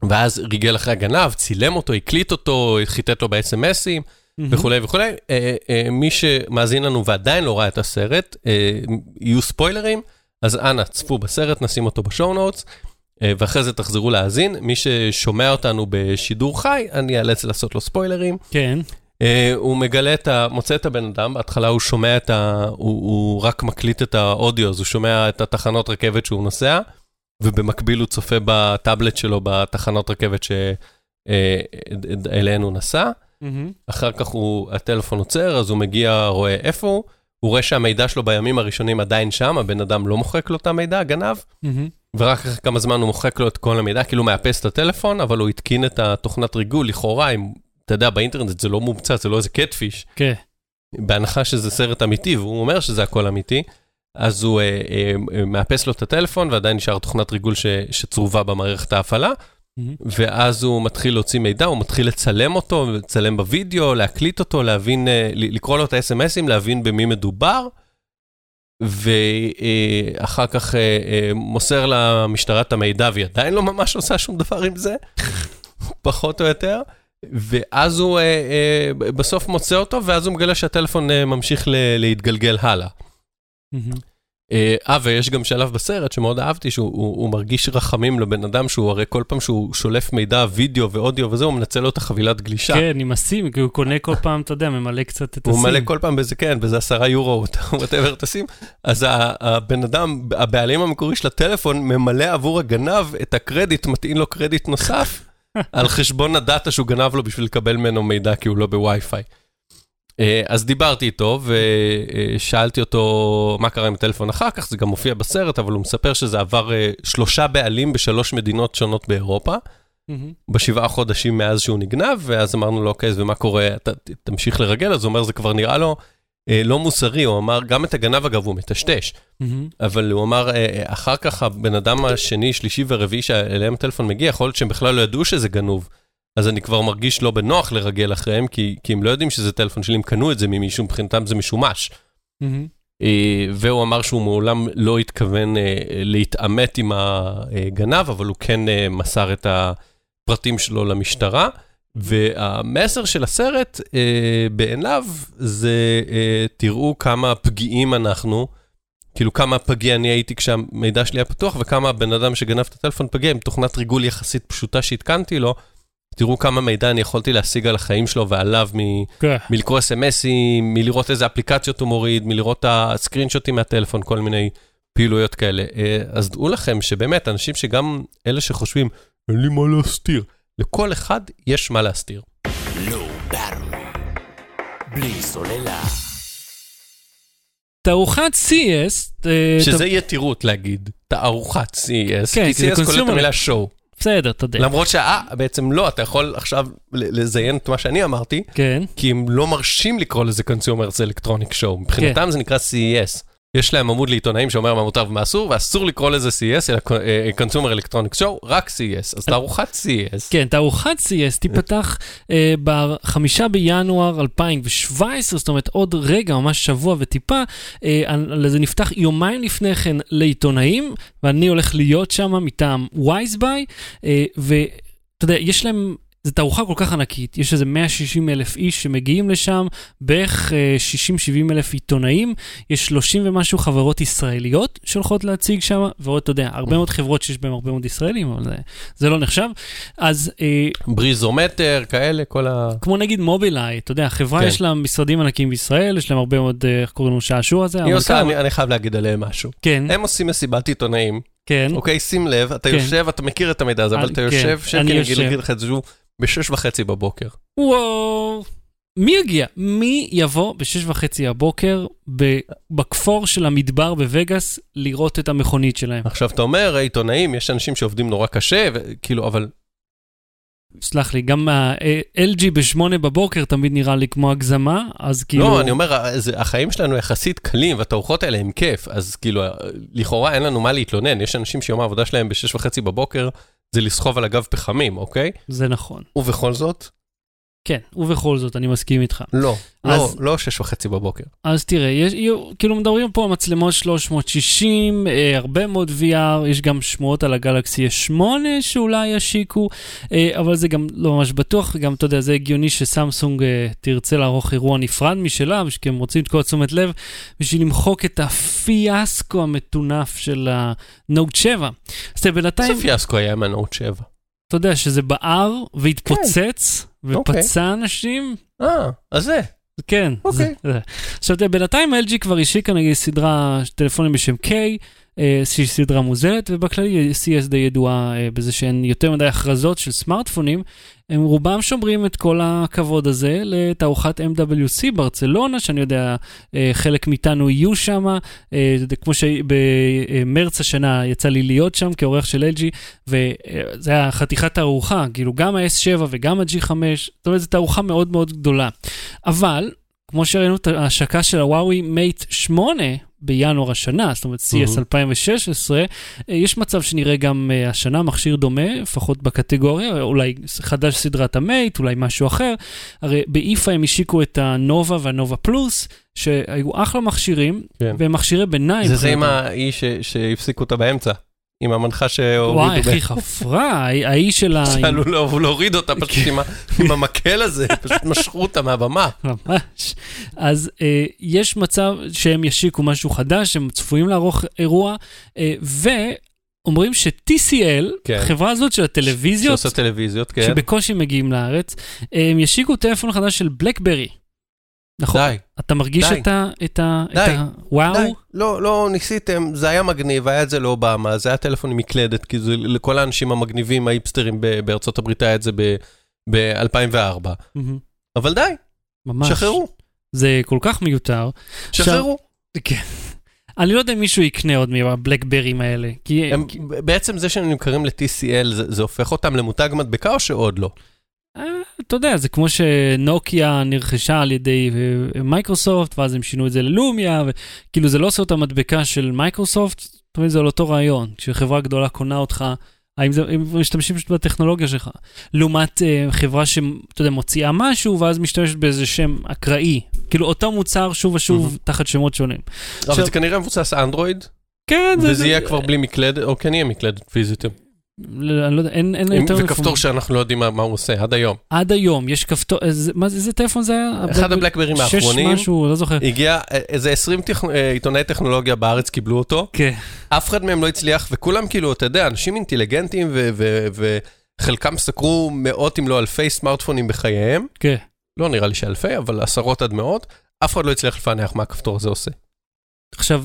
ואז ריגל אחרי הגנב, צילם אותו, הקליט אותו, חיטט לו ב-אס אם אסים, וכו' וכו'. מי שמאזין לנו ועדיין לא ראה את הסרט, יהיו ספוילרים, אז אנא, צפו בסרט, נשים אותו בשואו נוטס, ואחרי זה תחזרו להאזין. מי ששומע אותנו בשידור חי, אני אאלץ לעשות לו ספוילרים. כן. הוא מגלה את ה... מוצא את הבן אדם, בהתחלה הוא שומע את ה... הוא, הוא רק מקליט את האודיו, אז הוא שומע את התחנות רכבת שהוא נוסע, ובמקביל הוא צופה בטאבלט שלו בתחנות רכבת שאליהן הוא נסע. אחר כך הוא, הטלפון עוצר, אז הוא מגיע, רואה איפה הוא, הוא רואה שהמידע שלו בימים הראשונים עדיין שם, הבן אדם לא מוחק לו את המידע, גנב, ורק אחרי כמה זמן הוא מוחק לו את כל המידע, כאילו הוא מאפס את הטלפון, אבל הוא התקין את התוכנת ריגול, לכאורה, אם, אתה יודע, באינטרנט זה לא מומצא, זה לא איזה קטפיש, כן. בהנחה שזה סרט אמיתי, והוא אומר שזה הכל אמיתי, אז הוא אה, אה, מאפס לו את הטלפון, ועדיין נשאר תוכנת ריגול ש, שצרובה במערכת ההפעלה, ואז הוא מתחיל להוציא מידע, הוא מתחיל לצלם אותו, לצלם בווידאו, להקליט אותו, להבין, לקרוא לו את ה-אס אם אסים, להבין במי מדובר, ואחר כך מוסר למשטרה את המידע, והיא עדיין לא ממש עושה שום דבר עם זה, פחות או יותר, ואז הוא בסוף מוצא אותו, ואז הוא מגלה שהטלפון ממשיך להתגלגל הלאה. אה, ויש גם שלב בסרט שמאוד אהבתי, שהוא הוא, הוא מרגיש רחמים לבן אדם, שהוא הרי כל פעם שהוא שולף מידע, וידאו ואודיו וזה, הוא מנצל לו את החבילת גלישה. כן, עם הסים, כי הוא קונה כל פעם, אתה יודע, ממלא קצת את הסים. הוא ממלא כל פעם בזה, כן, בזה עשרה יורו, whatever תשים. אז הבן אדם, הבעלים המקורי של הטלפון, ממלא עבור הגנב את הקרדיט, מתאים לו קרדיט נוסף, על חשבון הדאטה שהוא גנב לו בשביל לקבל ממנו מידע, כי הוא לא בווי-פיי. אז דיברתי איתו ושאלתי אותו מה קרה עם הטלפון אחר כך, זה גם מופיע בסרט, אבל הוא מספר שזה עבר שלושה בעלים בשלוש מדינות שונות באירופה, בשבעה חודשים מאז שהוא נגנב, ואז אמרנו לו, אוקיי, ומה קורה, אתה תמשיך לרגל, אז הוא אומר, זה כבר נראה לו לא מוסרי, הוא אמר, גם את הגנב אגב הוא מטשטש, אבל הוא אמר, אחר כך הבן אדם השני, שלישי ורביעי שאליהם הטלפון מגיע, יכול להיות שהם בכלל לא ידעו שזה גנוב, אז אני כבר מרגיש לא בנוח לרגל אחריהם, כי, כי הם לא יודעים שזה טלפון שלי, הם קנו את זה ממישהו, מבחינתם זה משומש. Mm-hmm. והוא אמר שהוא מעולם לא התכוון להתעמת עם הגנב, אבל הוא כן מסר את הפרטים שלו למשטרה, והמסר של הסרט בעיניו זה, תראו כמה פגיעים אנחנו, כאילו כמה פגיע אני הייתי כשהמידע שלי היה פתוח, וכמה הבן אדם שגנב את הטלפון פגיע, עם תוכנת ריגול יחסית פשוטה שהתקנתי לו, תראו כמה מידע אני יכולתי להשיג על החיים שלו ועליו מלקרוא אס אם אסים, מלראות איזה אפליקציות הוא מוריד, מלראות את הסקרינשוטים מהטלפון, כל מיני פעילויות כאלה. אז דעו לכם שבאמת, אנשים שגם אלה שחושבים, אין לי מה להסתיר, לכל אחד יש מה להסתיר. לא ברור. בלי סוללה. תערוכת סי אס... שזה יתירות להגיד, תערוכת סי אס, כי סי אס כולל את המילה שואו. בסדר, תודה. למרות שאה, בעצם לא, אתה יכול עכשיו לזיין את מה שאני אמרתי, כן. כי הם לא מרשים לקרוא לזה Consumers Electronic Show. מבחינתם זה נקרא סי אס. יש להם עמוד לעיתונאים שאומר מה מותר ומה אסור, ואסור לקרוא לזה סי אס, אלא Consumer Electronic Show, רק סי אס. אז תערוכת סי אס. כן, תערוכת סי אס תיפתח בחמישה בינואר אלפיים שבע עשרה, זאת אומרת עוד רגע, ממש שבוע וטיפה, זה נפתח יומיים לפני כן לעיתונאים, ואני הולך להיות שם מטעם וייזביי, ואתה יודע, יש להם... זו תערוכה כל כך ענקית, יש איזה מאה ושישים אלף איש שמגיעים לשם, בערך שישים שבעים אלף עיתונאים, יש שלושים ומשהו חברות ישראליות שהולכות להציג שם, ועוד, אתה יודע, הרבה מאוד חברות שיש בהן הרבה מאוד ישראלים, אבל זה, זה לא נחשב. אז... בריזומטר, כאלה, כל ה... כמו נגיד מובילאיי, אתה יודע, החברה כן. יש לה משרדים ענקים בישראל, יש להם הרבה מאוד, איך קוראים לו שעשוע הזה. היא עושה, אני, אני חייב להגיד עליהם משהו. כן. הם עושים מסיבת עיתונאים. כן. אוקיי, שים לב, אתה כן. יושב, אתה מכיר את המידע הזה, אבל אתה יושב, כן. שאני אגיד להגיד לך את זה, בשש וחצי בבוקר. וואו. מי יגיע? מי יבוא בשש וחצי הבוקר בכפור של המדבר בווגאס לראות את המכונית שלהם? עכשיו אתה אומר, עיתונאים, יש אנשים שעובדים נורא קשה, כאילו, אבל... סלח לי, גם ה-אל ג'י בשמונה בבוקר תמיד נראה לי כמו הגזמה, אז כאילו... לא, אני אומר, החיים שלנו יחסית קלים, והתערוכות האלה הם כיף, אז כאילו, לכאורה אין לנו מה להתלונן, יש אנשים שיום העבודה שלהם בשש וחצי בבוקר, זה לסחוב על הגב פחמים, אוקיי? זה נכון. ובכל זאת, כן, ובכל זאת, אני מסכים איתך. לא, אז, לא, לא שש וחצי בבוקר. אז תראה, יש, כאילו מדברים פה על מצלמות שלוש מאות שישים, אה, הרבה מאוד וי אר, יש גם שמועות על הגלקסי אס שמונה שאולי ישיקו, אה, אבל זה גם לא ממש בטוח, גם אתה יודע, זה הגיוני שסמסונג אה, תרצה לערוך אירוע נפרד משלה, כי הם רוצים לתקוע תשומת לב, בשביל למחוק את הפיאסקו המטונף של הנוט שבע. אז בינתיים... איזה פיאסקו היה עם הנוט שבע? אתה יודע שזה בער והתפוצץ, ופצע אנשים. אה, אז זה. כן. אוקיי. עכשיו, בינתיים אל ג'י כבר השיקה נגיד סדרה טלפונים בשם K, שהיא סדרה מוזלת, ובכללי סי אס די ידועה בזה שהן יותר מדי הכרזות של סמארטפונים, הם רובם שומרים את כל הכבוד הזה לתערוכת אם דאבליו סי ברצלונה, שאני יודע, חלק מאיתנו יהיו שם, כמו שבמרץ השנה יצא לי להיות שם כאורח של אל ג'י, וזה היה חתיכת תערוכה, כאילו גם ה-אס שבע וגם ה-ג'י חמש, זאת אומרת, זו תערוכה מאוד מאוד גדולה. אבל, כמו שראינו את ההשקה של הוואוי מייט שמונה, בינואר השנה, זאת אומרת סי אס אלפיים ושש עשרה, יש מצב שנראה גם השנה מכשיר דומה, לפחות בקטגוריה, אולי חדש סדרת המייט, אולי משהו אחר. הרי באיפה הם השיקו את הנובה והנובה פלוס, שהיו אחלה מכשירים, והם מכשירי ביניים. זה זה עם האיש שהפסיקו אותה באמצע. עם המנחה שהורידו... וואי, הכי חפרה, האיש שלה... שאלו להוריד אותה פשוט עם המקל הזה, פשוט משכו אותה מהבמה. ממש. אז יש מצב שהם ישיקו משהו חדש, הם צפויים לערוך אירוע, ואומרים ש-טי סי אל, חברה הזאת של הטלוויזיות, שעושה טלוויזיות, כן. שבקושי מגיעים לארץ, הם ישיקו טלפון חדש של בלקברי. נכון? די. אתה מרגיש די. את ה... את ה... די. את ה... וואו? די. לא, לא, ניסיתם, זה היה מגניב, היה את זה לאובמה, זה היה טלפון עם מקלדת, כי זה לכל האנשים המגניבים, האיפסטרים בארצות הברית היה את זה ב-אלפיים וארבע. אבל די. ממש. שחררו. זה כל כך מיותר. שחררו. כן. אני לא יודע אם מישהו יקנה עוד מהבלקברים האלה. כי... הם, בעצם זה שהם נמכרים ל-טי סי אל, זה, זה הופך אותם למותג מדבקה או שעוד לא? אתה יודע, זה כמו שנוקיה נרכשה על ידי מייקרוסופט, ואז הם שינו את זה ללומיה, וכאילו זה לא עושה אותה מדבקה של מייקרוסופט, זאת אומרת, זה על אותו רעיון, כשחברה גדולה קונה אותך, האם זה, הם משתמשים בטכנולוגיה שלך, לעומת uh, חברה שאתה יודע, מוציאה משהו, ואז משתמשת באיזה שם אקראי, כאילו אותו מוצר שוב ושוב, mm-hmm. תחת שמות שונים. אבל עכשיו, זה כנראה מבוסס אנדרואיד, כן, וזה זה, יהיה זה... כבר בלי מקלדת, או כן יהיה מקלדת פיזית. אני לא יודע, אין, אין יותר... וכפתור שאנחנו לא יודעים מה, מה הוא עושה, עד היום. עד היום, יש כפתור, איזה, מה, איזה טלפון זה היה? אחד הבלקברים האחרונים, שש משהו, לא זוכר. הגיע, איזה עשרים עיתונאי טכנולוגיה בארץ קיבלו אותו, כן. אף אחד מהם לא הצליח, וכולם כאילו, אתה יודע, אנשים אינטליגנטים, וחלקם סקרו מאות אם לא אלפי סמארטפונים בחייהם, כן. לא נראה לי שאלפי, אבל עשרות עד מאות, אף אחד לא הצליח לפענח מה הכפתור הזה עושה. עכשיו,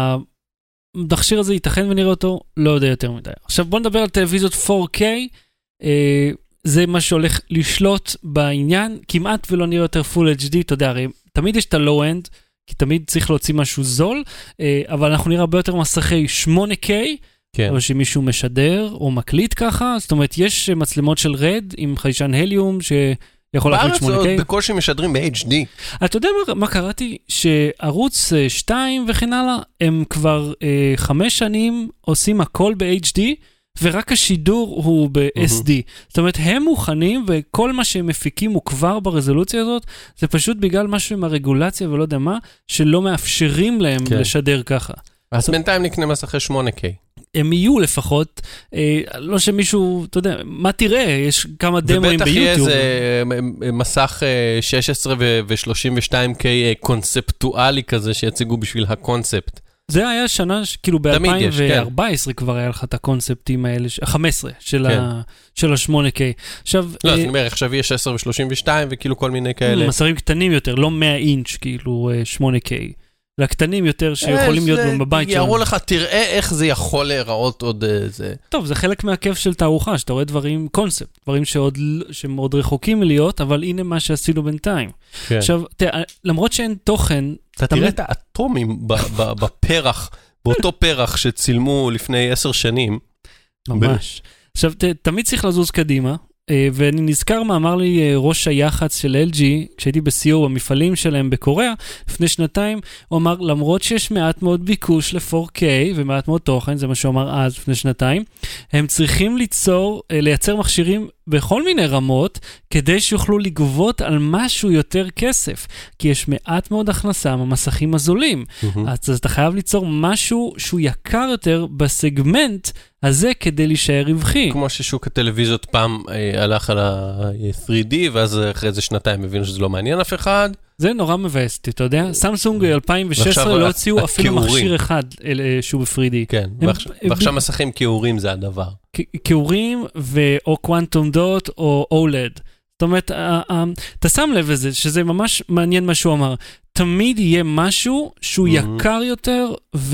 המכשיר הזה ייתכן ונראה אותו, לא יודע יותר מדי. עכשיו בוא נדבר על טלוויזיות פור קיי, אה, זה מה שהולך לשלוט בעניין, כמעט ולא נראה יותר פול אייץ' די, אתה יודע, הרי תמיד יש את הלואו-אנד, כי תמיד צריך להוציא משהו זול, אה, אבל אנחנו נראה הרבה יותר מסכי שמונה קיי, כן. אבל שמישהו משדר או מקליט ככה, זאת אומרת, יש מצלמות של רד עם חיישן הליום ש... יכול להקליט שמונה קיי. בארץ עוד בקושי משדרים ב-אייץ' די. אתה יודע מה, מה קראתי? שערוץ שתיים וכן הלאה, הם כבר אה, חמש שנים עושים הכל ב-אייץ' די, ורק השידור הוא ב-אס די. Mm-hmm. זאת אומרת, הם מוכנים, וכל מה שהם מפיקים הוא כבר ברזולוציה הזאת, זה פשוט בגלל משהו עם הרגולציה ולא יודע מה, שלא מאפשרים להם כן. לשדר ככה. אז בינתיים נקנה מסכי שמונה קיי. הם יהיו לפחות, אה, לא שמישהו, אתה יודע, מה תראה? יש כמה דמוים ביוטיוב. ובטח יהיה איזה מסך אה, שש עשרה ו-שלושים ושתיים קיי קונספטואלי כזה שיציגו בשביל הקונספט. זה היה שנה, כאילו ב-אלפיים וארבע עשרה כן. כבר היה לך את הקונספטים האלה, חמש עשרה של, כן. ה, של ה-שמונה קיי. עכשיו... לא, אה, אז אני אומר, עכשיו יש עשר ושלושים ושתיים וכאילו כל מיני כאלה. מסרים קטנים יותר, לא מאה אינץ' כאילו שמונה קיי. לקטנים יותר שיכולים להיות בבית שלנו. יראו לך, תראה איך זה יכול להיראות עוד זה. טוב, זה חלק מהכיף של תערוכה, שאתה רואה דברים, קונספט, דברים שעוד, שמאוד רחוקים מלהיות, אבל הנה מה שעשינו בינתיים. כן. עכשיו, תראה, למרות שאין תוכן... אתה תראה את האטומים בפרח, באותו פרח שצילמו לפני עשר שנים. ממש. עכשיו, תמיד צריך לזוז קדימה, ואני נזכר מה אמר לי ראש היח"צ של אל ג'י, כשהייתי ב-סי או במפעלים שלהם בקוריאה, לפני שנתיים, הוא אמר, למרות שיש מעט מאוד ביקוש ל-פור קיי, ומעט מאוד תוכן, זה מה שהוא אמר אז, לפני שנתיים, הם צריכים ליצור, לייצר מכשירים בכל מיני רמות, כדי שיוכלו לגבות על משהו יותר כסף, כי יש מעט מאוד הכנסה מהמסכים הזולים. Mm-hmm. אז אתה חייב ליצור משהו שהוא יקר יותר בסגמנט הזה כדי להישאר רווחי. כמו ששוק הטלוויזיות פעם אה, הלך על ה-תרי די, ואז אחרי איזה שנתיים הבינו שזה לא מעניין אף אחד. זה נורא מבאס, אתה יודע? סמסונג אלפיים ושש עשרה לא הוציאו אפילו מכשיר אחד שהוא ב-תרי די. כן, ועכשיו מסכים כאורים זה הדבר. כאורים או קוונטום דוט או אולד. זאת אומרת, אתה שם לב לזה, שזה ממש מעניין מה שהוא אמר. תמיד יהיה משהו שהוא יקר יותר,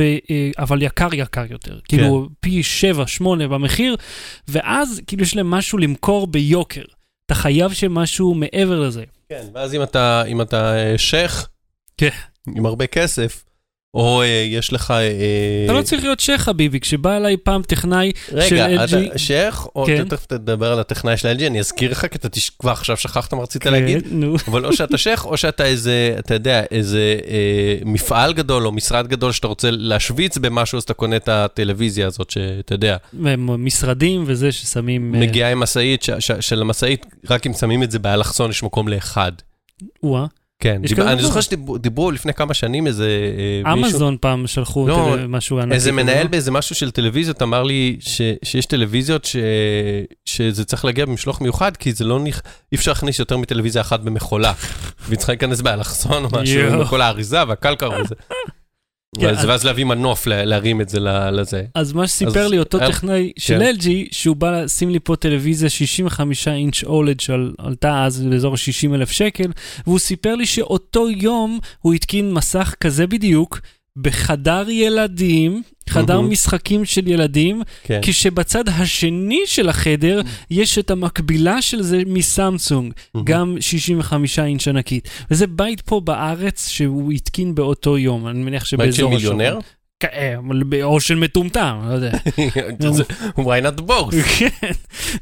אבל יקר יקר יותר. כאילו פי שבע, שמונה במחיר, ואז כאילו יש להם משהו למכור ביוקר. אתה חייב שמשהו מעבר לזה. כן, ואז אם אתה, אם אתה שייך, כן. עם הרבה כסף, או יש לך... אתה לא צריך להיות שייך, חביבי, כשבא אליי פעם טכנאי של אל ג'י... רגע, אתה שייך, או תכף תדבר על הטכנאי של אל ג'י, אני אזכיר לך, כי אתה כבר עכשיו שכחת מה רצית להגיד, אבל או שאתה שייך, או שאתה איזה, אתה יודע, איזה מפעל גדול, או משרד גדול, שאתה רוצה להשוויץ במשהו, אז אתה קונה את הטלוויזיה הזאת, שאתה יודע. משרדים וזה ששמים... מגיעה עם מסעית, של המסעית, רק אם שמים את זה באלכסון, יש מקום לאחד. וואה. כן, אני זוכר שדיברו לפני כמה שנים איזה מישהו... אמזון פעם שלחו משהו ענקי. איזה מנהל באיזה משהו של טלוויזיות אמר לי שיש טלוויזיות שזה צריך להגיע במשלוח מיוחד, כי זה לא נכ... אי אפשר להכניס יותר מטלוויזיה אחת במחולה. והיא צריכה להיכנס באלכסון או משהו, בכל האריזה והקלקר וזה. ואז להביא מנוף להרים את זה לזה. אז מה שסיפר לי אותו טכנאי של אל ג'י, שהוא בא לשים לי פה טלוויזיה שישים וחמישה אינץ' אולד שעלתה אז באזור שישים אלף שקל, והוא סיפר לי שאותו יום הוא התקין מסך כזה בדיוק, בחדר ילדים, חדר משחקים של ילדים, כשבצד השני של החדר יש את המקבילה של זה מסמסונג, גם שישים וחמישה אינץ' ענקית. וזה בית פה בארץ שהוא התקין באותו יום, אני מניח שבאזור... בית של מיליונר? או של מטומטם, לא יודע. why not both? כן.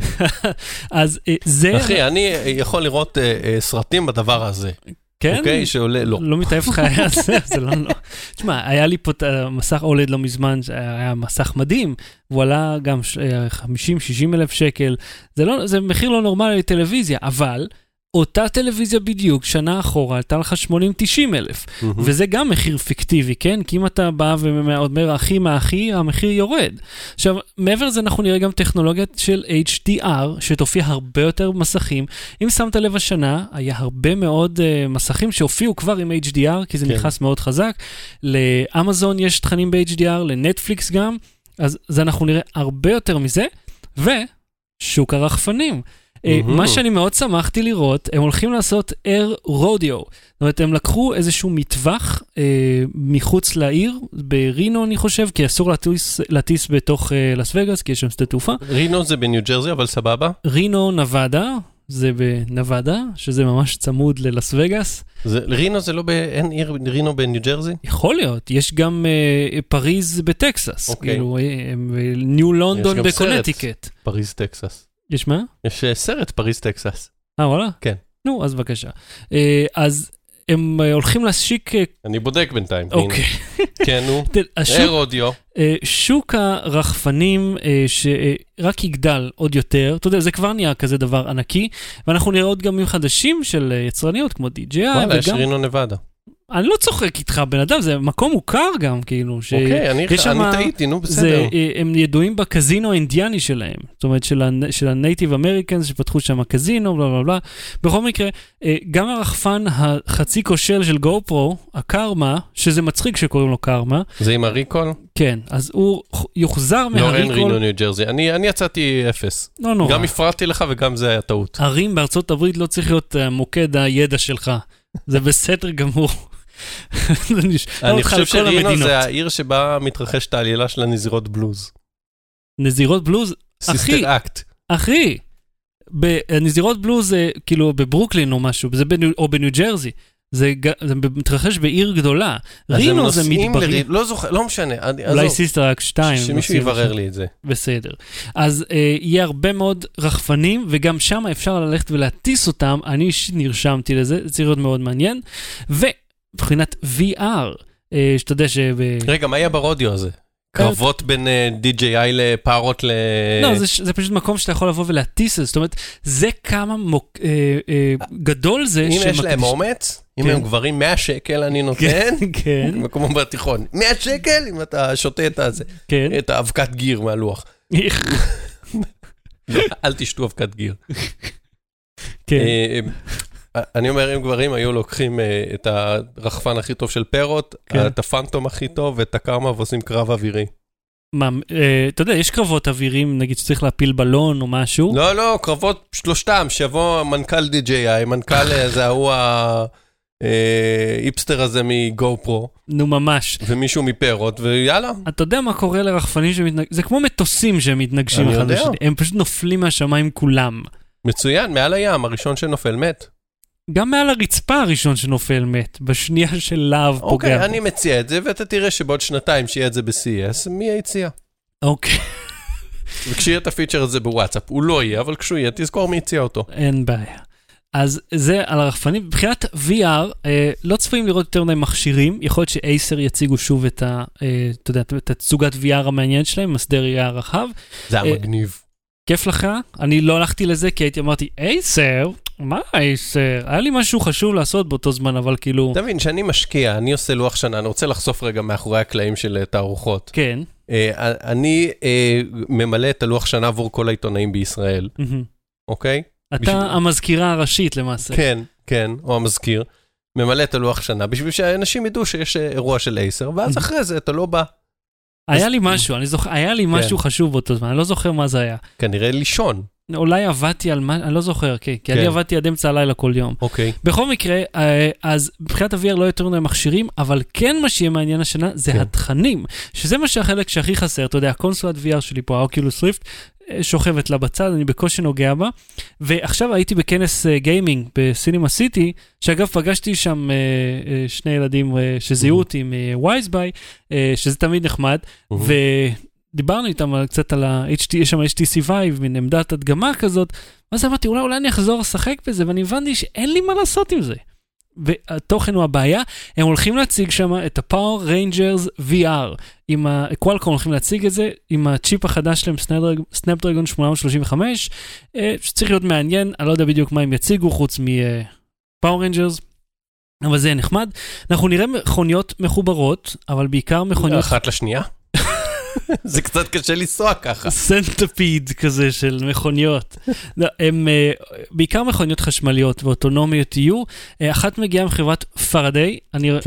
אז זה... אחי, אני יכול לראות סרטים בדבר הזה. כן? אוקיי, שעולה, לא. לא מתעף לך היה זה, זה לא, לא. תשמע, היה לי פה מסך אולד לא מזמן, היה מסך מדהים, והוא עלה גם חמישים שישים אלף שקל, זה לא, זה מחיר לא נורמלי לטלוויזיה, אבל אותה טלוויזיה בדיוק, שנה אחורה, עלתה לך שמונים תשעים אלף, וזה גם מחיר פיקטיבי, כן? כי אם אתה בא ואומר, אחי מהאחי, המחיר יורד. עכשיו, מעבר לזה אנחנו נראה גם טכנולוגיית של אייץ' די אר, שתופיע הרבה יותר מסכים. אם שמת לב השנה, היה הרבה מאוד uh, מסכים שהופיעו כבר עם אייץ' די אר, כי זה כן. נכנס מאוד חזק. לאמזון יש תכנים ב-אייץ' די אר, לנטפליקס גם, אז, אז אנחנו נראה הרבה יותר מזה, ושוק הרחפנים. מה שאני מאוד שמחתי לראות, הם הולכים לעשות Air Rodeo. זאת אומרת, הם לקחו איזשהו מטווח מחוץ לעיר, ברינו אני חושב, כי אסור לטיס בתוך לס וגאס, כי יש שם שדה תעופה. רינו זה בניו ג'רזי, אבל סבבה. רינו, נבדה, זה בנבדה, שזה ממש צמוד ללס וגאס. רינו זה לא, אין עיר רינו בניו ג'רזי? יכול להיות, יש גם פריז בטקסס, כאילו, ניו לונדון בקונטיקט. פריז טקסס. יש מה? יש סרט פריז טקסס. אה, וואלה? כן. נו, אז בבקשה. אז הם הולכים להשיק... אני בודק בינתיים. אוקיי. כן, נו. Air Rodeo. שוק הרחפנים שרק יגדל עוד יותר, אתה יודע, זה כבר נהיה כזה דבר ענקי, ואנחנו נראה עוד גמים חדשים של יצרניות כמו די ג'יי איי. וואלה, יש רינו נבדה. אני לא צוחק איתך, בן אדם, זה מקום מוכר גם, כאילו. אוקיי, אני טעיתי, נו, בסדר. הם ידועים בקזינו האינדיאני שלהם, זאת אומרת, של הנייטיב אמריקנס, שפתחו שם הקזינו, בלה בלה בלה. בכל מקרה, גם הרחפן החצי כושל של גו פרו, הקרמה, שזה מצחיק שקוראים לו קרמה. זה עם הריקול? כן, אז הוא יוחזר מהריקול. לא, אין רינו ניו ג'רזי. אני יצאתי אפס. לא נורא. גם הפרעתי לך וגם זה היה טעות. ערים בארצות הברית לא צריך להיות מוקד הידע שלך. זה בסדר גמור. אני חושב שרינו זה העיר שבה מתרחשת העלילה של הנזירות בלוז. נזירות בלוז? סיסטר אקט. אחי, נזירות בלוז זה כאילו בברוקלין או משהו, או בניו ג'רזי. זה מתרחש בעיר גדולה. רינו זה מדברי. לא זוכר, לא משנה. אולי סיסטר אקט שתיים. שמישהו יברר לי את זה. בסדר. אז יהיה הרבה מאוד רחפנים, וגם שם אפשר ללכת ולהטיס אותם. אני נרשמתי לזה, זה צריך להיות מאוד מעניין. ו... מבחינת וי אר, שאתה יודע ש... רגע, מה היה ברודיו הזה? קרבות בין די ג'יי איי לפארות ל... לא, זה פשוט מקום שאתה יכול לבוא ולהטיס, זאת אומרת, זה כמה גדול זה... אם יש להם אומץ, אם הם גברים מאה שקל אני נותן, כמו בתיכון, מאה שקל אם אתה שותה את הזה, את האבקת גיר מהלוח. אל תשתו אבקת גיר. אני אומר, אם גברים היו לוקחים את הרחפן הכי טוב של פרות, את הפנטום הכי טוב ואת הקרמה ועושים קרב אווירי. מה, אתה יודע, יש קרבות אווירים, נגיד שצריך להפיל בלון או משהו? לא, לא, קרבות שלושתם, שיבוא מנכ"ל די ג'יי איי, מנכ"ל זה הוא האיפסטר הזה מגו פרו. נו ממש. ומישהו מפרות, ויאללה. אתה יודע מה קורה לרחפנים שמתנגשים? זה כמו מטוסים שהם מתנגשים אחד לשני. הם פשוט נופלים מהשמיים כולם. מצוין, מעל הים, הראשון שנופל מת. גם מעל הרצפה הראשון שנופל מת, בשנייה של להב פוגע. אוקיי, אני מציע את זה, ואתה תראה שבעוד שנתיים שיהיה את זה ב-סי אס, מי היציע? אוקיי. וכשיהיה את הפיצ'ר הזה בוואטסאפ, הוא לא יהיה, אבל כשהוא יהיה, תזכור מי הציע אותו. אין בעיה. אז זה על הרחפנים. מבחינת וי אר, אה, לא צפויים לראות יותר מדי מכשירים, יכול להיות שאייסר יציגו שוב את, ה, אה, אתה יודע, את התצוגת וי אר המעניינת שלהם, מסדר ראייה רחב. זה היה מגניב. כיף לך? אני לא הלכתי לזה, כי הייתי אמרתי, אייסר? מה אייסר? היה לי משהו חשוב לעשות באותו זמן, אבל כאילו... תבין, שאני משקיע, אני עושה לוח שנה, אני רוצה לחשוף רגע מאחורי הקלעים של תערוכות. כן. אני ממלא את הלוח שנה עבור כל העיתונאים בישראל. אוקיי? אתה המזכירה הראשית למעשה. כן, כן, או המזכיר. ממלא את הלוח שנה, בשביל שאנשים ידעו שיש אירוע של אייסר, ואז אחרי זה אתה לא בא. היה לי משהו, אני זוכר, היה לי משהו חשוב באותו זמן, אני לא זוכר מה זה היה. כנראה לישון. אולי עבדתי על מה, אני לא זוכר, כי אני עבדתי עד אמצע הלילה כל יום. אוקיי. בכל מקרה, אז מבחינת ה-וי אר לא יותר מדי מכשירים, אבל כן מה שיהיה מעניין השנה, זה התכנים, שזה מה שהחלק שהכי חסר, אתה יודע, הקונסולת וי אר שלי פה, האוקולוס ריפט, שוכבת לה בצד, אני בקושי נוגע בה, ועכשיו הייתי בכנס גיימינג בסינימה סיטי, שאגב פגשתי שם שני ילדים שזיהו אותי מווייזביי, שזה תמיד נחמד, ודיברנו איתם קצת על ה-אייץ' טי, יש שם אייץ' טי סי Vive, מן עמדת הדגמה כזאת, ואז אמרתי, אולי, אולי אני אחזור לשחק בזה, ואני הבנתי שאין לי מה לעשות עם זה. והתוכן הוא הבעיה, הם הולכים להציג שם את ה-Power Rangers וי אר, עם ה-Qualcomm הולכים להציג את זה, עם הצ'יפ החדש שלהם, Snapdragon שמונה מאות שלושים וחמש, שצריך להיות מעניין, אני לא יודע בדיוק מה הם יציגו, חוץ מ-Power Rangers, אבל זה נחמד. אנחנו נראה מכוניות מחוברות, אבל בעיקר מכוניות... אחת לשנייה? זה קצת קשה לנסוע ככה. סנטפיד כזה של מכוניות. הם בעיקר מכוניות חשמליות ואוטונומיות יהיו. אחת מגיעה עם חברת פרדיי,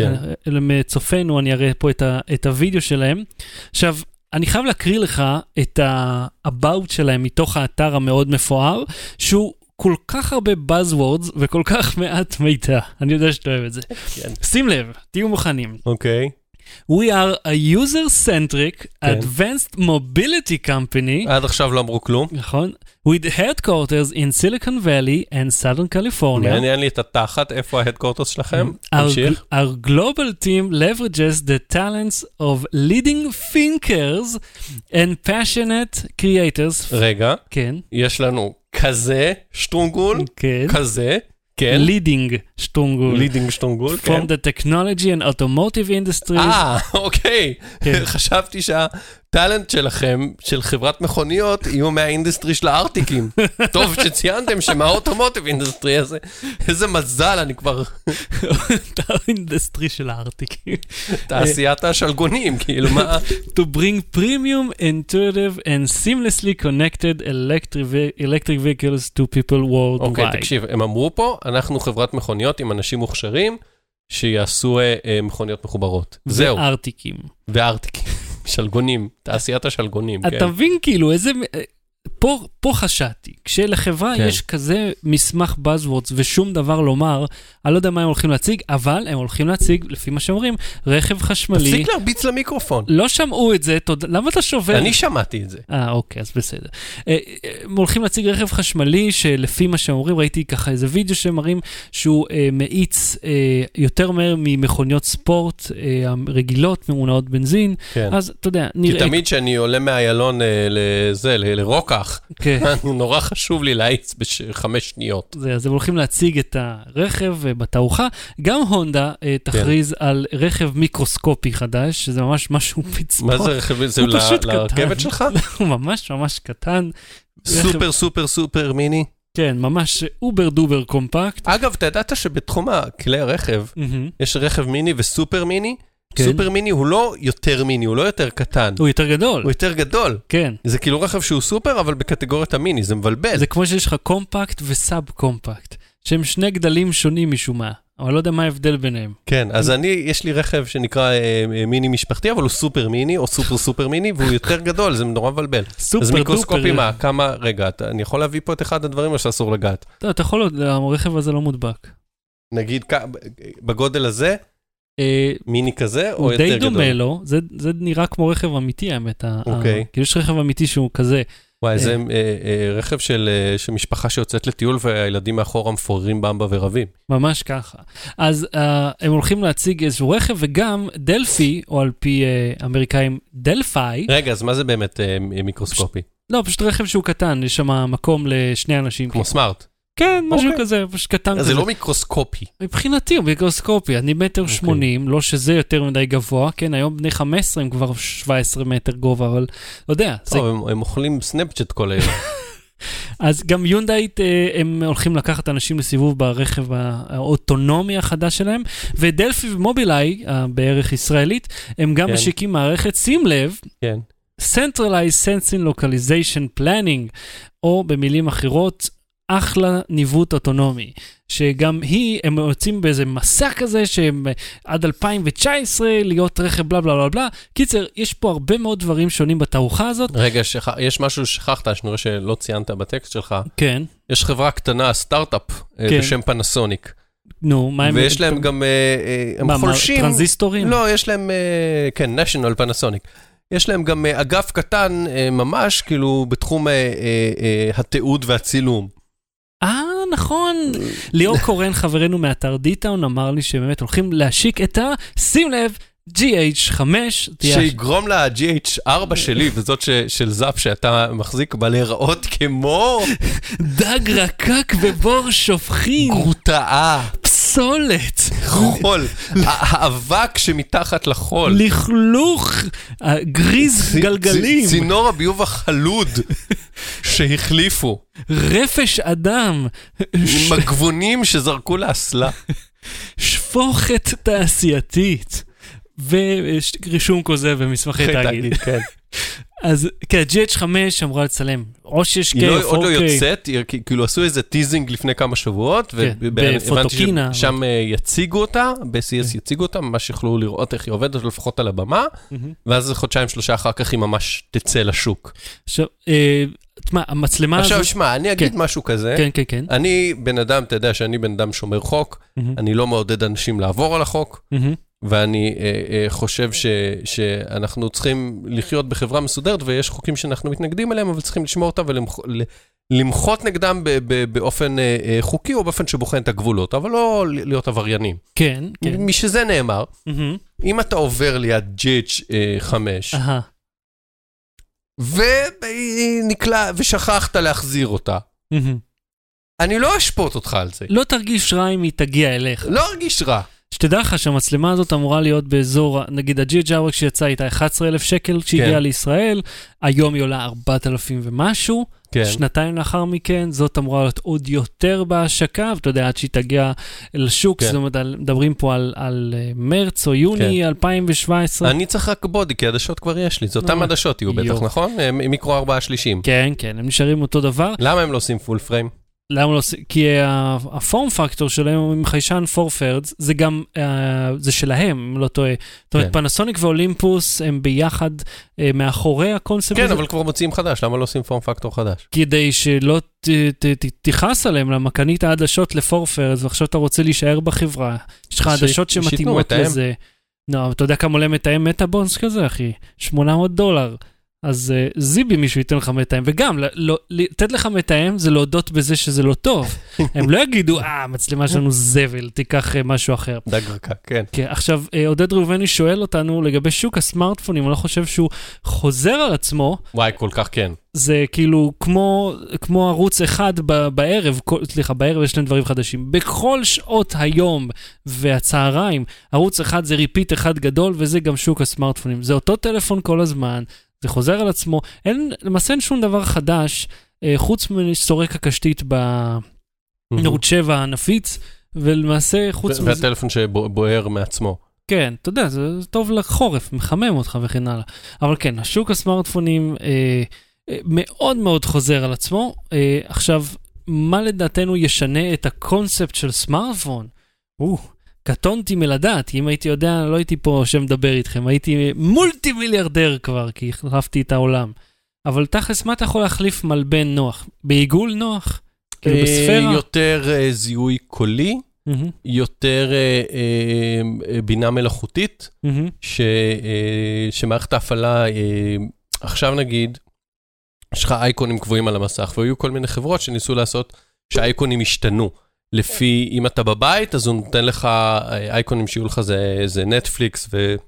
לצופנו אני אראה פה את הוידאו שלהם. עכשיו, אני חייב להקריא לך את ה-about שלהם מתוך האתר המאוד מפואר, שהוא כל כך הרבה buzzwords וכל כך מעט מידע. אני יודע שאתה אוהב את זה. שים לב, תהיו מוכנים. אוקיי. We are a user-centric, advanced mobility company. עד עכשיו לא אמרו כלום. נכון. With headquarters in Silicon Valley and Southern California. מעניין לי את התחת, איפה ה-headquarters שלכם? תמשיך. Our global team leverages the talents of leading thinkers and passionate creators. רגע. כן. יש לנו כזה שטרונגול, כן. כזה. כן. leading שטרונגול. leading שטרונגול, כן. From the technology and automotive industries. אה, אוקיי. חשבתי שהטלנט שלכם, של חברת מכוניות, יהיו מהאינדסטרי של הארטיקים. טוב שציינתם שמהאוטומוטיב אינדסטרי הזה, איזה מזל, אני כבר... האינדסטרי של הארטיקים. תעשיית השלגונים, כאילו מה... To bring premium, intuitive and seamlessly connected electric, electric vehicles to people worldwide. אוקיי, תקשיב, הם אמרו פה, אנחנו חברת מכוניות עם אנשים מוכשרים, שיעשו אה, מכוניות מחוברות. זהו. וארטיקים. וארטיקים. שלגונים. תעשיית השלגונים, כן. אתה מבין כאילו איזה... פה, פה חשעתי, כשלחברה כן. יש כזה מסמך buzzwords ושום דבר לומר, אני לא יודע מה הם הולכים להציג, אבל הם הולכים להציג, לפי מה שאומרים, רכב חשמלי. תפסיק להרביץ למיקרופון. לא שמעו את זה, תודה, למה אתה שובר? אני שמעתי את זה. אה, אוקיי, אז בסדר. הם הולכים להציג רכב חשמלי, שלפי מה שאומרים, ראיתי ככה איזה וידאו שמראים, שהוא אה, מאיץ אה, יותר מהר ממכוניות ספורט, אה, רגילות, ממונעות בנזין, כן. אז אתה יודע, נראה... כי תמיד שאני עולה מהיילון אה, לזה, ל- לרוק, כך. כן. נורא חשוב לי להאיץ בחמש שניות. זה, אז הם הולכים להציג את הרכב בתערוכה. גם הונדה אה, תכריז כן. על רכב מיקרוסקופי חדש, שזה ממש משהו פצפון. מה זה רכב? זה ל- לרכבת שלך? הוא ממש ממש קטן. סופר רכב... סופר סופר מיני. כן, ממש אובר דובר קומפקט. אגב, אתה ידעת שבתחום כלי הרכב, mm-hmm. יש רכב מיני וסופר מיני? כן. סופר מיני הוא לא יותר מיני, הוא לא יותר קטן. הוא יותר גדול. הוא יותר גדול. כן. זה כאילו רכב שהוא סופר, אבל בקטגוריית המיני, זה מבלבל. זה כמו שיש לך קומפקט וסאב קומפקט, שהם שני גדלים שונים משום מה, אבל לא יודע מה ההבדל ביניהם. כן, אז אני, יש לי רכב שנקרא אה, מיני משפחתי, אבל הוא סופר מיני, או סופר סופר מיני, והוא יותר גדול, זה נורא מבלבל. סופר אז מיקרוסקופי דופר. מה, כמה, רגע, אתה, אני יכול להביא פה את אחד הדברים, או שאסור לגעת? אתה, אתה יכול, הרכב הזה לא מודבק. נגיד, בגודל הזה, מיני כזה, או יותר גדול? הוא די דומה לו, זה, זה נראה כמו רכב אמיתי, האמת. אוקיי. כאילו יש רכב אמיתי שהוא כזה. וואי, זה רכב של משפחה שיוצאת לטיול, והילדים מאחורה מפוררים במבה ורבים. ממש ככה. אז הם הולכים להציג איזשהו רכב, וגם דלפי, או על פי אמריקאים, דלפאי. רגע, אז מה זה באמת מיקרוסקופי? לא, פשוט רכב שהוא קטן, יש שם מקום לשני אנשים. כמו סמארט. כן, משהו כזה, פשוט קטן כזה. זה לא מיקרוסקופי. מבחינתי הוא מיקרוסקופי, אני מטר שמונים, לא שזה יותר מדי גבוה, כן, היום בני חמש עשרה הם כבר שבע עשרה מטר גובה, אבל לא יודע. טוב, הם אוכלים סנאפצ'אט כל היום. אז גם יונדאית, הם הולכים לקחת אנשים לסיבוב ברכב האוטונומי החדש שלהם, ודלפי ומובילאיי, בערך ישראלית, הם גם משיקים מערכת, שים לב, Centralized Sensing Localization Planning, או במילים אחרות, אחלה ניווט אוטונומי, שגם היא, הם יוצאים באיזה מסע כזה, שהם עד אלפיים תשע עשרה להיות רכב בלה בלה בלה בלה. קיצר, יש פה הרבה מאוד דברים שונים בתערוכה הזאת. רגע, שכ... יש משהו ששכחת, שאני רואה שלא ציינת בטקסט שלך. כן. יש חברה קטנה, סטארט-אפ, כן. בשם פנסוניק. נו, מה הם... ויש להם גם, הם מה, חולשים... מה, טרנזיסטורים? לא, יש להם, כן, national פנסוניק. יש להם גם אגף קטן ממש, כאילו, בתחום התיעוד והצילום. אה, נכון. ליאור קורן, חברנו מאתר דיטאון, אמר לי שבאמת הולכים להשיק את ה... שים לב, ג'י אייץ' חמש. שיגרום לה-ג'י אייץ' ארבע שלי, וזאת של זאפ שאתה מחזיק בה להיראות כמו... דג רקק ובור שופכין. גרוטאה. פסולת. חול. האבק שמתחת לחול. לכלוך. גריז גלגלים. צינור הביוב החלוד שהחליפו. רפש אדם. מגבונים שזרקו לאסלה. שפוכת תעשייתית. ורישום כוזב ומסמכי תאגיד. כן. אז כן, ג'י אייץ' חמש אמרה לצלם, או שיש קיי, היא עוד לא יוצאת, כאילו עשו איזה טיזינג לפני כמה שבועות, והבנתי ששם יציגו אותה, ב-סי אס יציגו אותה, ממש יכלו לראות איך היא עובדת, לפחות על הבמה, ואז חודשיים שלושה אחר כך היא ממש תצא לשוק. עכשיו, תשמע, המצלמה הזאת... עכשיו, שמע, אני אגיד משהו כזה, כן, כן, כן. אני בן אדם, אתה יודע שאני בן אדם שומר חוק, אני לא מעודד אנשים לעבור על החוק, ואני אה, אה, חושב ש, שאנחנו צריכים לחיות בחברה מסודרת, ויש חוקים שאנחנו מתנגדים עליהם, אבל צריכים לשמור אותם ולמחות נגדם ב, ב, באופן אה, אה, חוקי, או באופן שבוחן את הגבולות, אבל לא להיות עבריינים. כן, כן. משזה נאמר, mm-hmm. אם אתה עובר ליד ג'י אייץ' חמש, uh-huh. ונקלע, ושכחת להחזיר אותה, mm-hmm. אני לא אשפוט אותך על זה. לא תרגיש רע אם היא תגיע אליך. לא הרגיש רע. שתדע לך שהמצלמה הזאת אמורה להיות באזור, נגיד הג'י אייץ' ארבע כשיצא איתה אחת עשרה אלף שקל כשהגיעה כן. לישראל, היום היא עולה ארבעת אלפים ומשהו, כן. שנתיים לאחר מכן, זאת אמורה להיות עוד יותר בהשקה, ואתה יודע, עד שהיא תגיע לשוק, כן. זאת אומרת, מדברים פה על, על מרץ או יוני כן. אלפיים שבע עשרה. אני צריך רק בודי, כי עדשות כבר יש לי, זה אותם עדשות יהיו בטח, נכון? מיקרו ארבעה שלישים. כן, כן, הם נשארים אותו דבר. למה הם לא עושים פול פריים? למה לא? כי הפורם פקטור שלהם עם חיישן פורפרדס, זה גם, זה שלהם, אם לא טועה. זאת אומרת, פנסוניק ואולימפוס הם ביחד מאחורי הקונספט הזה. כן, אבל כבר מוציאים חדש, למה לא עושים פורם פקטור חדש? כדי שלא תיחס עליהם, למה קנית העדשות לפורפרדס, ועכשיו אתה רוצה להישאר בחברה. יש לך עדשות שמתאימות לזה. לא, אתה יודע כמה עולה מתאם מטאבונס כזה, אחי? שמונה מאות דולר. אז uh, זיבי מישהו ייתן לך מתאם, וגם, לא, לתת לך מתאם זה להודות בזה שזה לא טוב. הם לא יגידו, אה, מצלמה שלנו זבל, תיקח uh, משהו אחר. דג רקק, כן. כן, עכשיו, uh, עודד ראובני שואל אותנו לגבי שוק הסמארטפונים, אני לא חושב שהוא חוזר על עצמו. וואי, כל כך כן. זה כאילו כמו, כמו ערוץ אחד ב- בערב, כל, סליחה, בערב יש להם דברים חדשים. בכל שעות היום והצהריים, ערוץ אחד זה ריפיט אחד גדול, וזה גם שוק הסמארטפונים. זה אותו טלפון כל הזמן, זה חוזר על עצמו. אין, למעשה אין שום דבר חדש, אה, חוץ מסורק הקשתית בנוט שבע הנפיץ, ולמעשה חוץ מזה... והטלפון שבוער מעצמו. כן, אתה יודע, זה טוב לחורף, מחמם אותך וכן הלאה. אבל כן, השוק הסמארטפונים אה, אה, מאוד מאוד חוזר על עצמו. אה, עכשיו, מה לדעתנו ישנה את הקונספט של סמארטפון? או, קטונתי מלדעת, כי אם הייתי יודע, לא הייתי פה שמדבר איתכם, הייתי מולטי מיליארדר כבר, כי החלפתי את העולם. אבל תכלס, מה אתה יכול להחליף מלבן נוח? בעיגול נוח? כאילו בספירה? יותר זיהוי קולי, יותר בינה מלאכותית, שמערכת ההפעלה, עכשיו נגיד, יש לך אייקונים קבועים על המסך, והיו כל מיני חברות שניסו לעשות שהאייקונים השתנו. לפי, אם אתה בבית, אז הוא נותן לך, אייקונים שיהיו לך זה, זה נטפליקס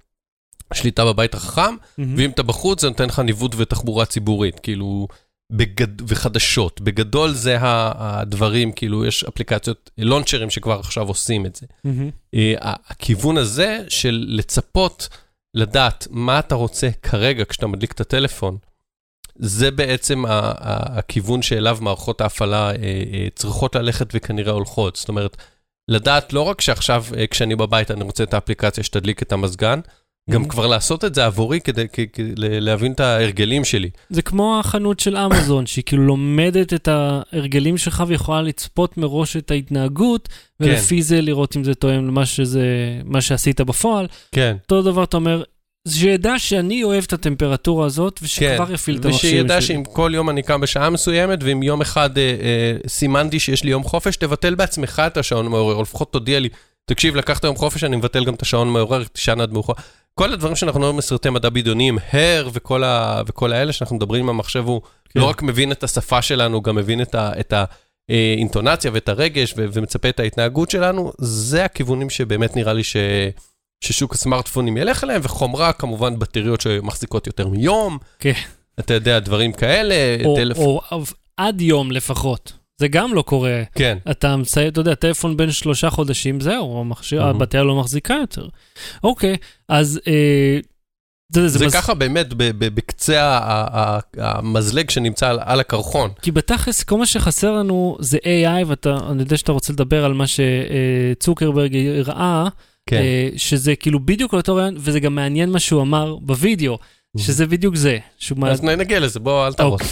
ושליטה בבית החכם, mm-hmm. ואם אתה בחוץ, זה נותן לך ניווט ותחבורה ציבורית, כאילו, בגד, וחדשות. בגדול זה הדברים, כאילו, יש אפליקציות, לונצ'רים שכבר עכשיו עושים את זה. Mm-hmm. הכיוון הזה של לצפות, לדעת מה אתה רוצה כרגע, כשאתה מדליק את הטלפון, זה בעצם הכיוון שאליו מערכות ההפעלה צריכות ללכת וכנראה הולכות. זאת אומרת, לדעת לא רק שעכשיו כשאני בבית אני רוצה את האפליקציה שתדליק את המזגן, גם כבר לעשות את זה עבורי כדי להבין את ההרגלים שלי. זה כמו החנות של אמזון, שהיא כאילו לומדת את ההרגלים שלך ויכולה לצפות מראש את ההתנהגות, ולפי זה לראות אם זה תואם למה שזה, מה שעשית בפועל. כן. אותו דבר אתה אומר, שידע שאני אוהב את הטמפרטורה הזאת, ושכבר כן, יפיל את המכשיר שלי. ושידע שאם כל יום אני קם בשעה מסוימת, ואם יום אחד אה, אה, סימנתי שיש לי יום חופש, תבטל בעצמך את השעון מעורר, או לפחות תודיע לי, תקשיב, לקחת יום חופש, אני מבטל גם את השעון מעורר, תשען עד מאוחר. כל הדברים שאנחנו רואים מסרטי מדע בדיוניים, הר וכל, ה, וכל האלה שאנחנו מדברים עם המחשב, הוא כן. לא רק מבין את השפה שלנו, גם מבין את, ה, את האינטונציה ואת הרגש, ו, ומצפה את ההתנהגות שלנו, זה הכיוונים שבאמת נראה לי ש... ששוק הסמארטפונים ילך אליהם, וחומרה כמובן בטריות שמחזיקות יותר מיום. כן. אתה יודע, דברים כאלה. או, טלפ... או עד יום לפחות. זה גם לא קורה. כן. אתה מצא, אתה יודע, טלפון בין שלושה חודשים, זהו, המכשיר, mm-hmm. הבטריה לא מחזיקה יותר. אוקיי, אז... אה, זה, זה, זה מז... ככה באמת בקצה המזלג שנמצא על, על הקרחון. כי בתכלס, כל מה שחסר לנו זה איי איי, ואני יודע שאתה רוצה לדבר על מה שצוקרברג הראה, כן. שזה כאילו בדיוק לאותו רעיון, וזה גם מעניין מה שהוא אמר בווידאו, שזה בדיוק זה. אז נגיע לזה, בוא, אל תרוץ.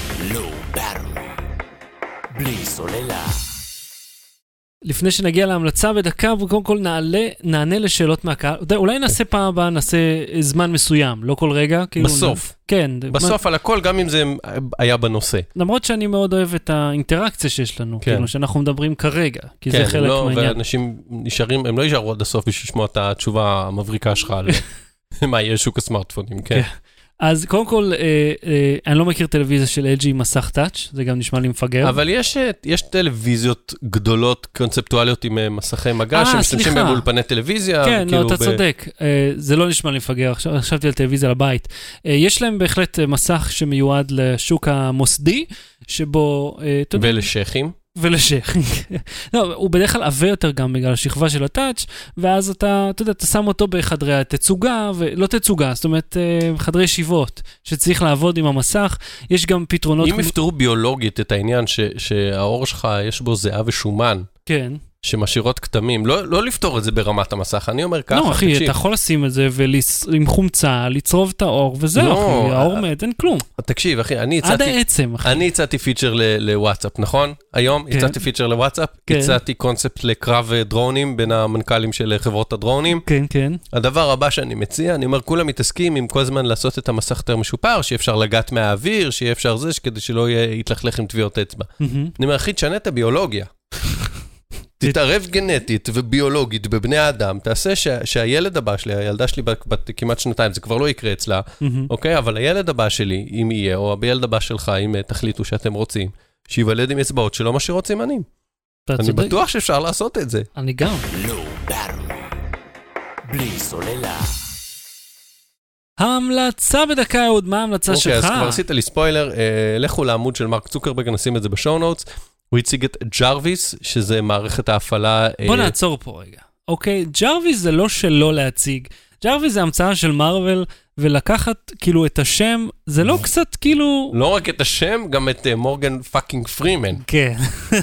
בלי סוללה. לפני שנגיע להמלצה בדקה, קודם כל נעלה, נענה לשאלות מהקהל. אולי נעשה פעם הבאה, נעשה זמן מסוים, לא כל רגע. בסוף. כן. בסוף על הכל, גם אם זה היה בנושא. למרות שאני מאוד אוהב את האינטראקציה שיש לנו, כאילו שאנחנו מדברים כרגע, כי זה חלק מהעניין. ואנשים נשארים, הם לא יישארו עד הסוף בשביל לשמוע את התשובה המבריקה שלך על מה יהיה שוק הסמארטפונים, כן. אז קודם כל, אה, אה, אני לא מכיר טלוויזיה של אל ג'י עם מסך טאץ', זה גם נשמע לי מפגר. אבל יש, יש טלוויזיות גדולות, קונספטואליות עם מסכי מגע, שמשתמשים בהם באולפני טלוויזיה. כן, לא, אתה ב... צודק. אה, זה לא נשמע לי מפגר, עכשיו, חשבתי על טלוויזיה לבית. אה, יש להם בהחלט מסך שמיועד לשוק המוסדי, שבו... אה, ולשכים. ולשכים. לא, הוא בדרך כלל עווה יותר גם בגלל השכבה של הטאץ', ואז אתה, אתה יודע, אתה שם אותו בחדרי התצוגה, ולא תצוגה, זאת אומרת, חדרי ישיבות, שצריך לעבוד עם המסך. יש גם פתרונות... אם יפתרו ביולוגית את העניין ש, שהאור שלך יש בו זהה ושומן, כן. שמשאירות כתמים, לא, לא לפתור את זה ברמת המסך, אני אומר ככה, לא, אחי, תקשיב. אתה יכול לשים את זה ועם חומצה, לצרוב את האור, וזהו, לא, אחי, האור מת, אין כלום. תקשיב, אחי, אני הצעתי... עד העצם, אחי. אני הצעתי פיצ'ר לוואטסאפ, נכון? היום כן. הצעתי פיצ'ר לוואטסאפ, כן. הצעתי קונספט לקרב דרונים בין המנכ"לים של חברות הדרונים. כן, כן. הדבר הבא שאני מציע, אני אומר, כולם מתעסקים עם כל הזמן לעשות את המסך יותר משופר, שיהיה אפשר לגעת מהאוויר, שיהיה אפשר זה, כדי שלא יתלכלך עם טביעות אצבע. אני אומר, אחי, תשנה את הביולוגיה. תתערב גנטית וביולוגית בבני האדם, תעשה שהילד הבא שלי, הילדה שלי בת כמעט שנתיים, זה כבר לא יקרה אצלה, אוקיי? אבל הילד הבא שלי, אם יהיה, או הילד הבא שלך, אם תחליטו שאתם רוצים, שיוולד עם אצבעות שלא משאירות סימנים. אני בטוח שאפשר לעשות את זה. אני גם. בלי סוללה. ההמלצה בדקה, אהוד, מה ההמלצה שלך? אוקיי, אז כבר עשית לי ספוילר, לכו לעמוד של מרק צוקרברג, נשים את זה בשואו נוטס, הוא הציג את ג'רוויס, שזה מערכת ההפעלה... בוא נעצור פה רגע. אוקיי, ג'רוויס זה לא שלא להציג. ג'רוויס זה המצאה של מרוול, ולקחת כאילו את השם, זה לא קצת כאילו... לא רק את השם, גם את מורגן פאקינג פרימן. כן.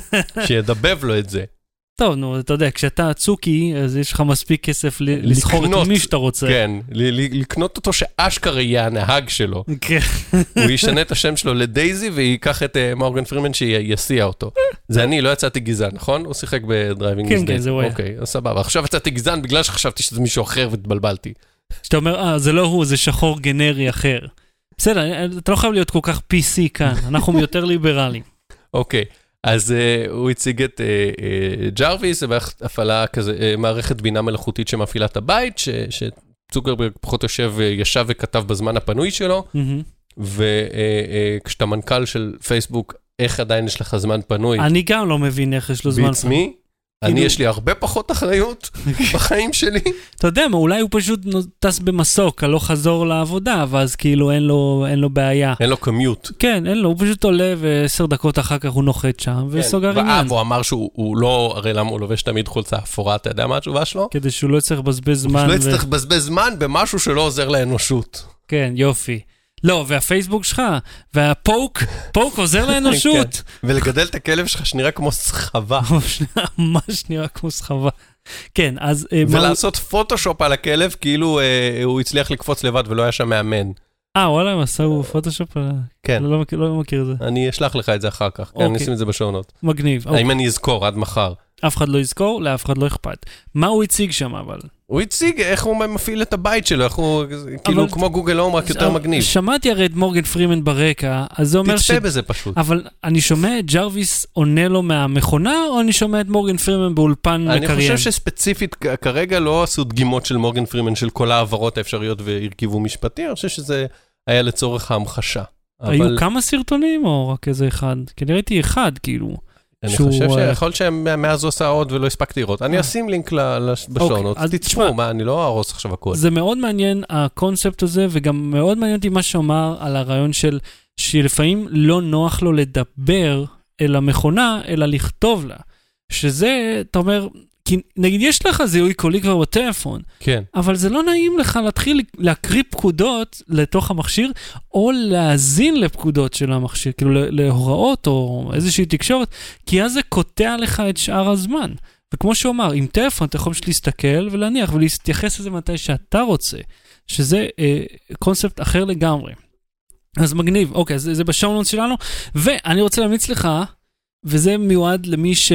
שידבב לו את זה. טוב, נו, אתה יודע, כשאתה צוקי, אז יש לך מספיק כסף לסחור את מי שאתה רוצה. כן, לקנות אותו שאשכרה יהיה הנהג שלו. כן. הוא ישנה את השם שלו לדייזי, ויקח את מורגן פרימן שיסיע אותו. זה אני, לא יצאתי גזען, נכון? הוא שיחק בדרייבינג כן, כן, זה הוא היה. אוקיי, אז סבבה. עכשיו יצאתי גזען בגלל שחשבתי שזה מישהו אחר והתבלבלתי. שאתה אומר, אה, זה לא הוא, זה שחור גנרי אחר. בסדר, אתה לא חייב להיות כל כך פי סי כאן, אנחנו יותר ליברליים. אוקיי. אז uh, הוא הציג את uh, uh, ג'רוויס, והפעלה כזה, uh, מערכת בינה מלאכותית שמפעילה את הבית, ש, שצוקרברג פחות יושב, uh, ישב וכתב בזמן הפנוי שלו, mm-hmm. וכשאתה uh, uh, מנכ"ל של פייסבוק, איך עדיין יש לך זמן פנוי? אני גם לא מבין איך יש לו זמן פנוי. אני יש לי הרבה פחות אחריות בחיים שלי. אתה יודע, אולי הוא פשוט טס במסוק, לא חזור לעבודה, ואז כאילו אין לו, אין לו בעיה. אין לו קמיוט. כן, אין לו, הוא פשוט עולה ועשר דקות אחר כך הוא נוחת שם, וסוגר עניין. והוא אמר שהוא לא, הרי למה הוא לובש תמיד חולצה אפורה, אתה יודע מה התשובה שלו? כדי שהוא לא יצטרך לבזבז זמן. הוא לא יצטרך לבזבז זמן במשהו שלא עוזר לאנושות. כן, יופי. לא, והפייסבוק שלך, והפוק, פוק עוזר לאנושות. ולגדל את הכלב שלך שנראה כמו סחבה. ממש נראה כמו סחבה. כן, אז... ולעשות פוטושופ על הכלב, כאילו הוא הצליח לקפוץ לבד ולא היה שם מאמן. אה, וואלה, הם עשו פוטושופ על... כן. לא מכיר את זה. אני אשלח לך את זה אחר כך, אני אשים את זה בשונות. מגניב. האם אני אזכור עד מחר? אף אחד לא יזכור, לאף אחד לא אכפת. מה הוא הציג שם, אבל? הוא הציג איך הוא מפעיל את הבית שלו, איך הוא, כאילו, כמו גוגל הום, רק יותר מגניב. שמעתי הרי את מורגן פרימן ברקע, אז זה אומר ש... תצפה בזה פשוט. אבל אני שומע את ג'רוויס עונה לו מהמכונה, או אני שומע את מורגן פרימן באולפן מקריין? אני חושב שספציפית, כרגע לא עשו דגימות של מורגן פרימן, של כל העברות האפשריות והרכיבו משפטי, אני חושב שזה היה לצורך ההמחשה. היו כמה סרטונים, או רק איזה אחד? כי נראיתי אחד, כאילו. אני חושב שיכול להיות שמאז הוא עושה עוד ולא הספקתי לראות. אני אשים לינק בשונות, תצפו, מה, אני לא ארוס עכשיו הכל. זה מאוד מעניין הקונספט הזה, וגם מאוד מעניין אותי מה שאומר על הרעיון של, שלפעמים לא נוח לו לדבר אל המכונה, אלא לכתוב לה. שזה, אתה אומר, כי נגיד יש לך זיהוי קולי כבר בטלפון, כן. אבל זה לא נעים לך להתחיל להקריא פקודות לתוך המכשיר, או להאזין לפקודות של המכשיר, כאילו להוראות או איזושהי תקשורת, כי אז זה קוטע לך את שאר הזמן. וכמו שהוא אמר, עם טלפון אתה יכול פשוט להסתכל ולהניח, ולהתייחס לזה מתי שאתה רוצה, שזה אה, קונספט אחר לגמרי. אז מגניב, אוקיי, אז זה בשאונוטס שלנו, ואני רוצה להמליץ לך, וזה מיועד למי ש...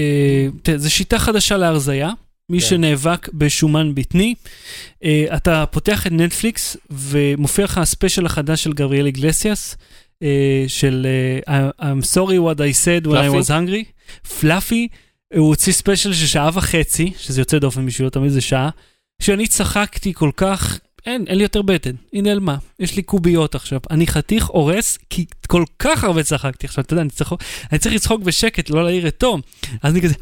אה, זה שיטה חדשה להרזיה, מי כן. שנאבק בשומן בטני. אה, אתה פותח את נטפליקס, ומופיע לך הספיישל החדש של גבריאל איגלסיאס, אה, של אה, I'm sorry what I said when I was hungry. פלאפי, הוא הוציא ספיישל של שעה וחצי, שזה יוצא דופן בשבילו, תמיד זה שעה, שאני צחקתי כל כך, אין, אין לי יותר בטן, היא נעלמה, יש לי קוביות עכשיו, אני חתיך אורס, כי כל כך הרבה צחקתי עכשיו, אתה יודע, אני צריך, אני צריך לצחוק בשקט, לא להעיר את תום, אז אני כזה,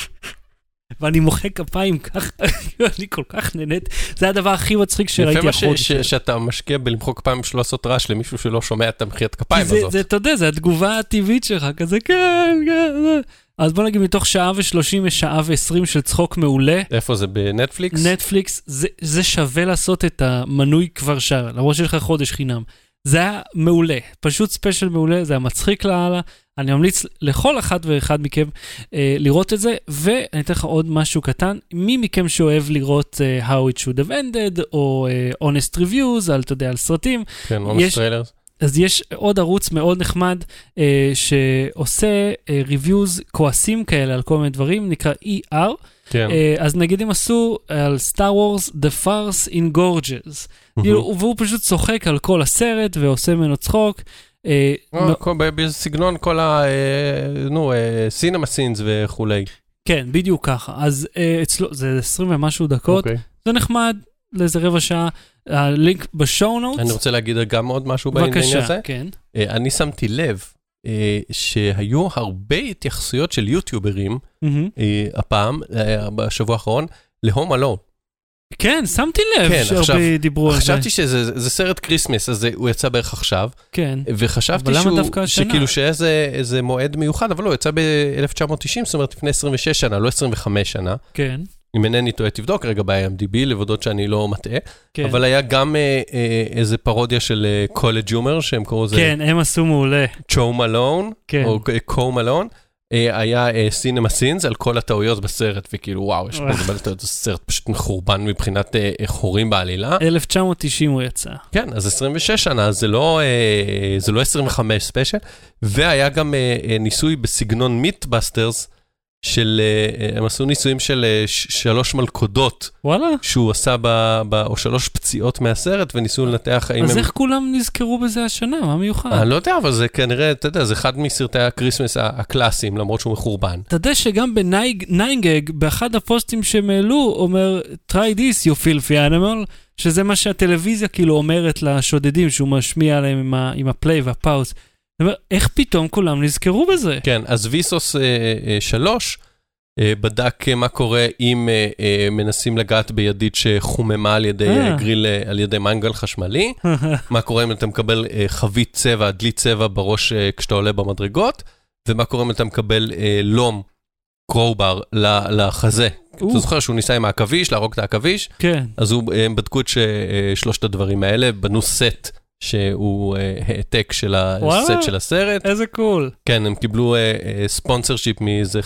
ואני מוחא כפיים כך, אני כל כך נהנית, זה הדבר הכי מצחיק שראיתי החודש. יפה שאתה משקיע בלמחוא כפיים בשביל לעשות רעש למישהו שלא שומע את המחיית כפיים הזאת. זה, אתה יודע, זה התגובה הטבעית שלך, כזה, כן, כן, אז בוא נגיד, מתוך שעה ושלושים ושעה ועשרים של צחוק מעולה. איפה זה? בנטפליקס? נטפליקס, זה, זה שווה לעשות את המנוי כבר שעה, למרות שיש לך חודש חינם. זה היה מעולה, פשוט ספיישל מעולה, זה היה מצחיק להלאה. אני ממליץ לכל אחד ואחד מכם אה, לראות את זה, ואני אתן לך עוד משהו קטן. מי מכם שאוהב לראות אה, How It Should Have Ended, או אה, Honest Reviews, על, אתה יודע, על סרטים. כן, Honest יש, Trailers. אז יש עוד ערוץ מאוד נחמד, אה, שעושה אה, ריוויוז כועסים כאלה על כל מיני דברים, נקרא E R. כן. אה, אז נגיד הם עשו על Star Wars, The Farce in Gorges. Mm-hmm. והוא פשוט צוחק על כל הסרט, ועושה ממנו צחוק. בסגנון כל ה... נו, סינמה סינס וכולי. כן, בדיוק ככה. אז אה, אצלו, זה עשרים ומשהו דקות, אוקיי. זה נחמד לאיזה רבע שעה, הלינק בשואו נוטס. אני רוצה להגיד גם עוד משהו בעניין הזה. בבקשה, כן. אני שמתי לב שהיו הרבה התייחסויות של יוטיוברים, הפעם, בשבוע האחרון, להום אלון. כן, שמתי לב כן, שהרבה עכשיו, דיברו על זה. חשבתי שזה זה סרט קריסמס, אז הוא יצא בערך עכשיו. כן. וחשבתי שהוא, שכאילו שאיזה איזה מועד מיוחד, אבל לא, הוא יצא ב-אלף תשע מאות תשעים, זאת אומרת לפני עשרים ושש שנה, לא עשרים וחמש שנה. כן. אם אינני טועה, תבדוק רגע ב-איי אם די בי, לבודות שאני לא מטעה. כן. אבל היה גם אה, אה, איזה פרודיה של קולג' הומר, שהם קראו זה... כן, הם עשו מעולה. צ'ו מלון, כן. או קו מלון. היה סינמה סינס על כל הטעויות בסרט, וכאילו וואו, יש פה סרט פשוט מחורבן מבחינת חורים בעלילה. אלף תשע מאות תשעים הוא יצא. כן, אז עשרים ושש שנה, זה לא עשרים וחמש ספיישל, והיה גם ניסוי בסגנון מיטבאסטרס, של, הם עשו ניסויים של שלוש מלכודות, וואלה? שהוא עשה, ב, ב, או שלוש פציעות מהסרט, וניסו לנתח האם אז הם... איך כולם נזכרו בזה השנה? מה מיוחד? אני לא יודע, אבל זה כנראה, אתה יודע, זה אחד מסרטי הקריסמס הקלאסיים, למרות שהוא מחורבן. אתה יודע שגם בניינגג, באחד הפוסטים שהם העלו, אומר, try this, you filthy animal, שזה מה שהטלוויזיה כאילו אומרת לשודדים, שהוא משמיע עליהם עם, ה, עם הפליי והפאוס. איך פתאום כולם נזכרו בזה? כן, אז ויסוס שלוש בדק מה קורה אם מנסים לגעת בידית שחוממה על ידי גריל, על ידי מנגל חשמלי, מה קורה אם אתה מקבל חבית צבע, דלי צבע בראש כשאתה עולה במדרגות, ומה קורה אם אתה מקבל לום, קרובר לחזה. אתה זוכר שהוא ניסה עם העכביש, להרוג את העכביש? כן. אז הם בדקו את שלושת הדברים האלה, בנו סט, שהוא העתק של הסט של הסרט. איזה קול. כן, הם קיבלו ספונסר שיפ מאיזה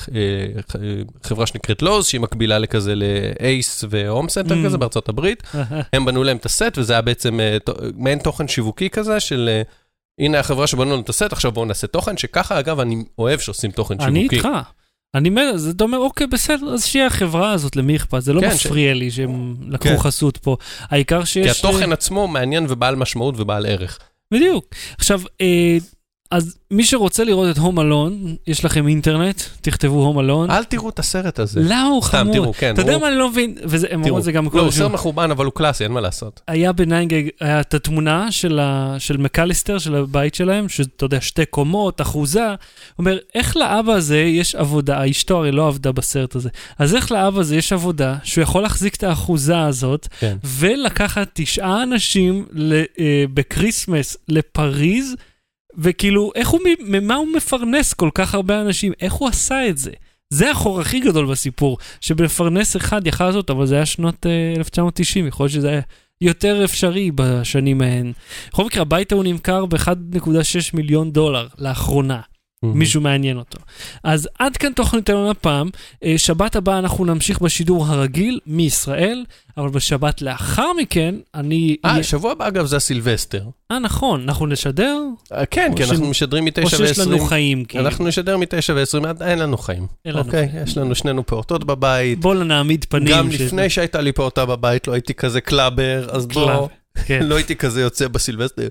חברה שנקראת לוז, שהיא מקבילה לכזה לאייס והום סנטר כזה בארצות הברית. הם בנו להם את הסט, וזה היה בעצם מעין תוכן שיווקי כזה, של הנה החברה שבנו לנו את הסט, עכשיו בואו נעשה תוכן, שככה אגב אני אוהב שעושים תוכן שיווקי. אני איתך. אני אומר, אז אתה אומר, אוקיי, בסדר, אז שיהיה החברה הזאת, למי אכפת? זה לא מפריע לי שהם לקחו חסות פה. העיקר שיש... כי התוכן עצמו מעניין ובעל משמעות ובעל ערך. בדיוק. עכשיו, אז מי שרוצה לראות את הום אלון, יש לכם אינטרנט, תכתבו הום אלון. אל תראו את הסרט הזה. לא, הוא חמוד. תראו, כן. אתה יודע מה אני לא מבין, והם אמרו את זה גם לא, הוא סרט מחורבן, אבל הוא קלאסי, אין מה לעשות. היה בניינגג, היה את התמונה של מקליסטר, של הבית שלהם, שאתה יודע, שתי קומות, אחוזה. הוא אומר, איך לאבא הזה יש עבודה, אשתו הרי לא עבדה בסרט הזה, אז איך לאבא הזה יש עבודה, שהוא יכול להחזיק את האחוזה הזאת, ולקחת תשעה אנשים בקריסמס לפריז, וכאילו, איך הוא, ממה הוא מפרנס כל כך הרבה אנשים? איך הוא עשה את זה? זה החור הכי גדול בסיפור, שבפרנס אחד יכל לעשות, אבל זה היה שנות uh, אלף תשע מאות תשעים, יכול להיות שזה היה יותר אפשרי בשנים ההן. בכל מקרה, הבית הוא נמכר ב-אחד נקודה שש מיליון דולר לאחרונה. מישהו מעניין אותו. אז עד כאן תוכנית אלון הפעם. שבת הבאה אנחנו נמשיך בשידור הרגיל מישראל, אבל בשבת לאחר מכן אני... אה, שבוע הבא אגב זה הסילבסטר. אה, נכון, אנחנו נשדר? כן, כי אנחנו משדרים מתשע ועשרים. או שיש לנו חיים. אנחנו נשדר מתשע ועשרים, אין לנו חיים. אוקיי, יש לנו שנינו פעוטות בבית. בוא נעמיד פנים. גם לפני שהייתה לי פעוטה בבית, לא הייתי כזה קלאבר, אז בוא... לא הייתי כזה יוצא בסילבסטר.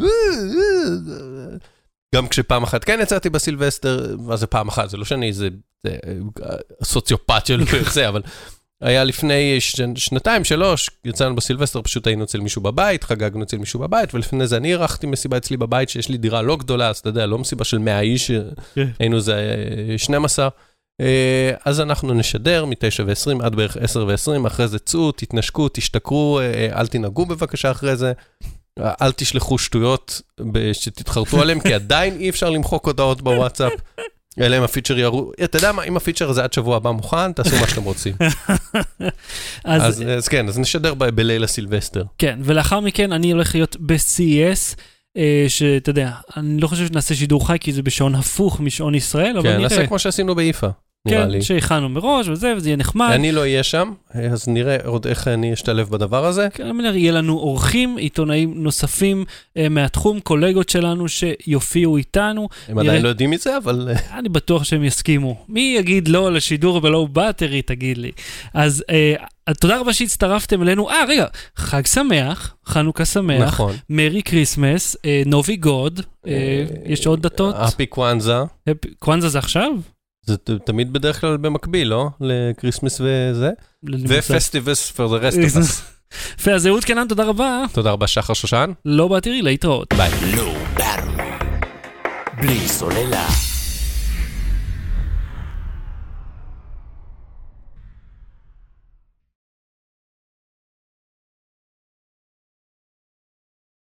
גם כשפעם אחת כן יצאתי בסילבסטר, מה זה פעם אחת? זה לא שאני, זה סוציופט שלא יוצא, אבל היה לפני שנתיים, שלוש, יצאנו בסילבסטר, פשוט היינו אצל מישהו בבית, חגגנו אצל מישהו בבית, ולפני זה אני ערכתי מסיבה אצלי בבית, שיש לי דירה לא גדולה, אז אתה יודע, לא מסיבה של מאה איש, היינו זה שנים עשר, אז אנחנו נשדר מ-תשע ועשרים עד בערך עשר ועשרים, אחרי זה צאו, תתנשקו, תשתכרו, אל תנהגו בבקשה אחרי זה, אל תשלחו שטויות שתתחרטו עליהם, כי עדיין אי אפשר למחוק הודעות בוואטסאפ, אלא אם הפיצ'ר יראו, אתה יודע מה, אם הפיצ'ר הזה עד שבוע הבא מוכן, תעשו מה שאתם רוצים. אז כן, אז נשדר בליל הסילבסטר. כן, ולאחר מכן אני הולך להיות ב-סי אס, שאתה יודע, אני לא חושב שנעשה שידור חי, כי זה בשעון הפוך משעון ישראל, אבל נראה. כן, נעשה כמו שעשינו באיפה. כן, שהכנו מראש וזה, וזה יהיה נחמד. אני לא אהיה שם, אז נראה עוד איך אני אשתלב בדבר הזה. כן, יהיה לנו אורחים, עיתונאים נוספים מהתחום, קולגות שלנו שיופיעו איתנו. הם עדיין לא יודעים מזה, אבל... אני בטוח שהם יסכימו. מי יגיד לא לשידור ולא באטרי, תגיד לי. אז תודה רבה שהצטרפתם אלינו. אה, רגע, חג שמח, חנוכה שמח. נכון. מרי קריסמס, נובי גוד, יש עוד דתות. אפי קוואנזה. קוואנזה זה עכשיו? זה תמיד בדרך כלל במקביל, לא? לקריסמס וזה? ופסטיבס for the rest of us. יפה, אז אהוד קנן, תודה רבה. תודה רבה, שחר שושן. לא באתרי, להתראות. ביי. לא ברור. בלי סוללה.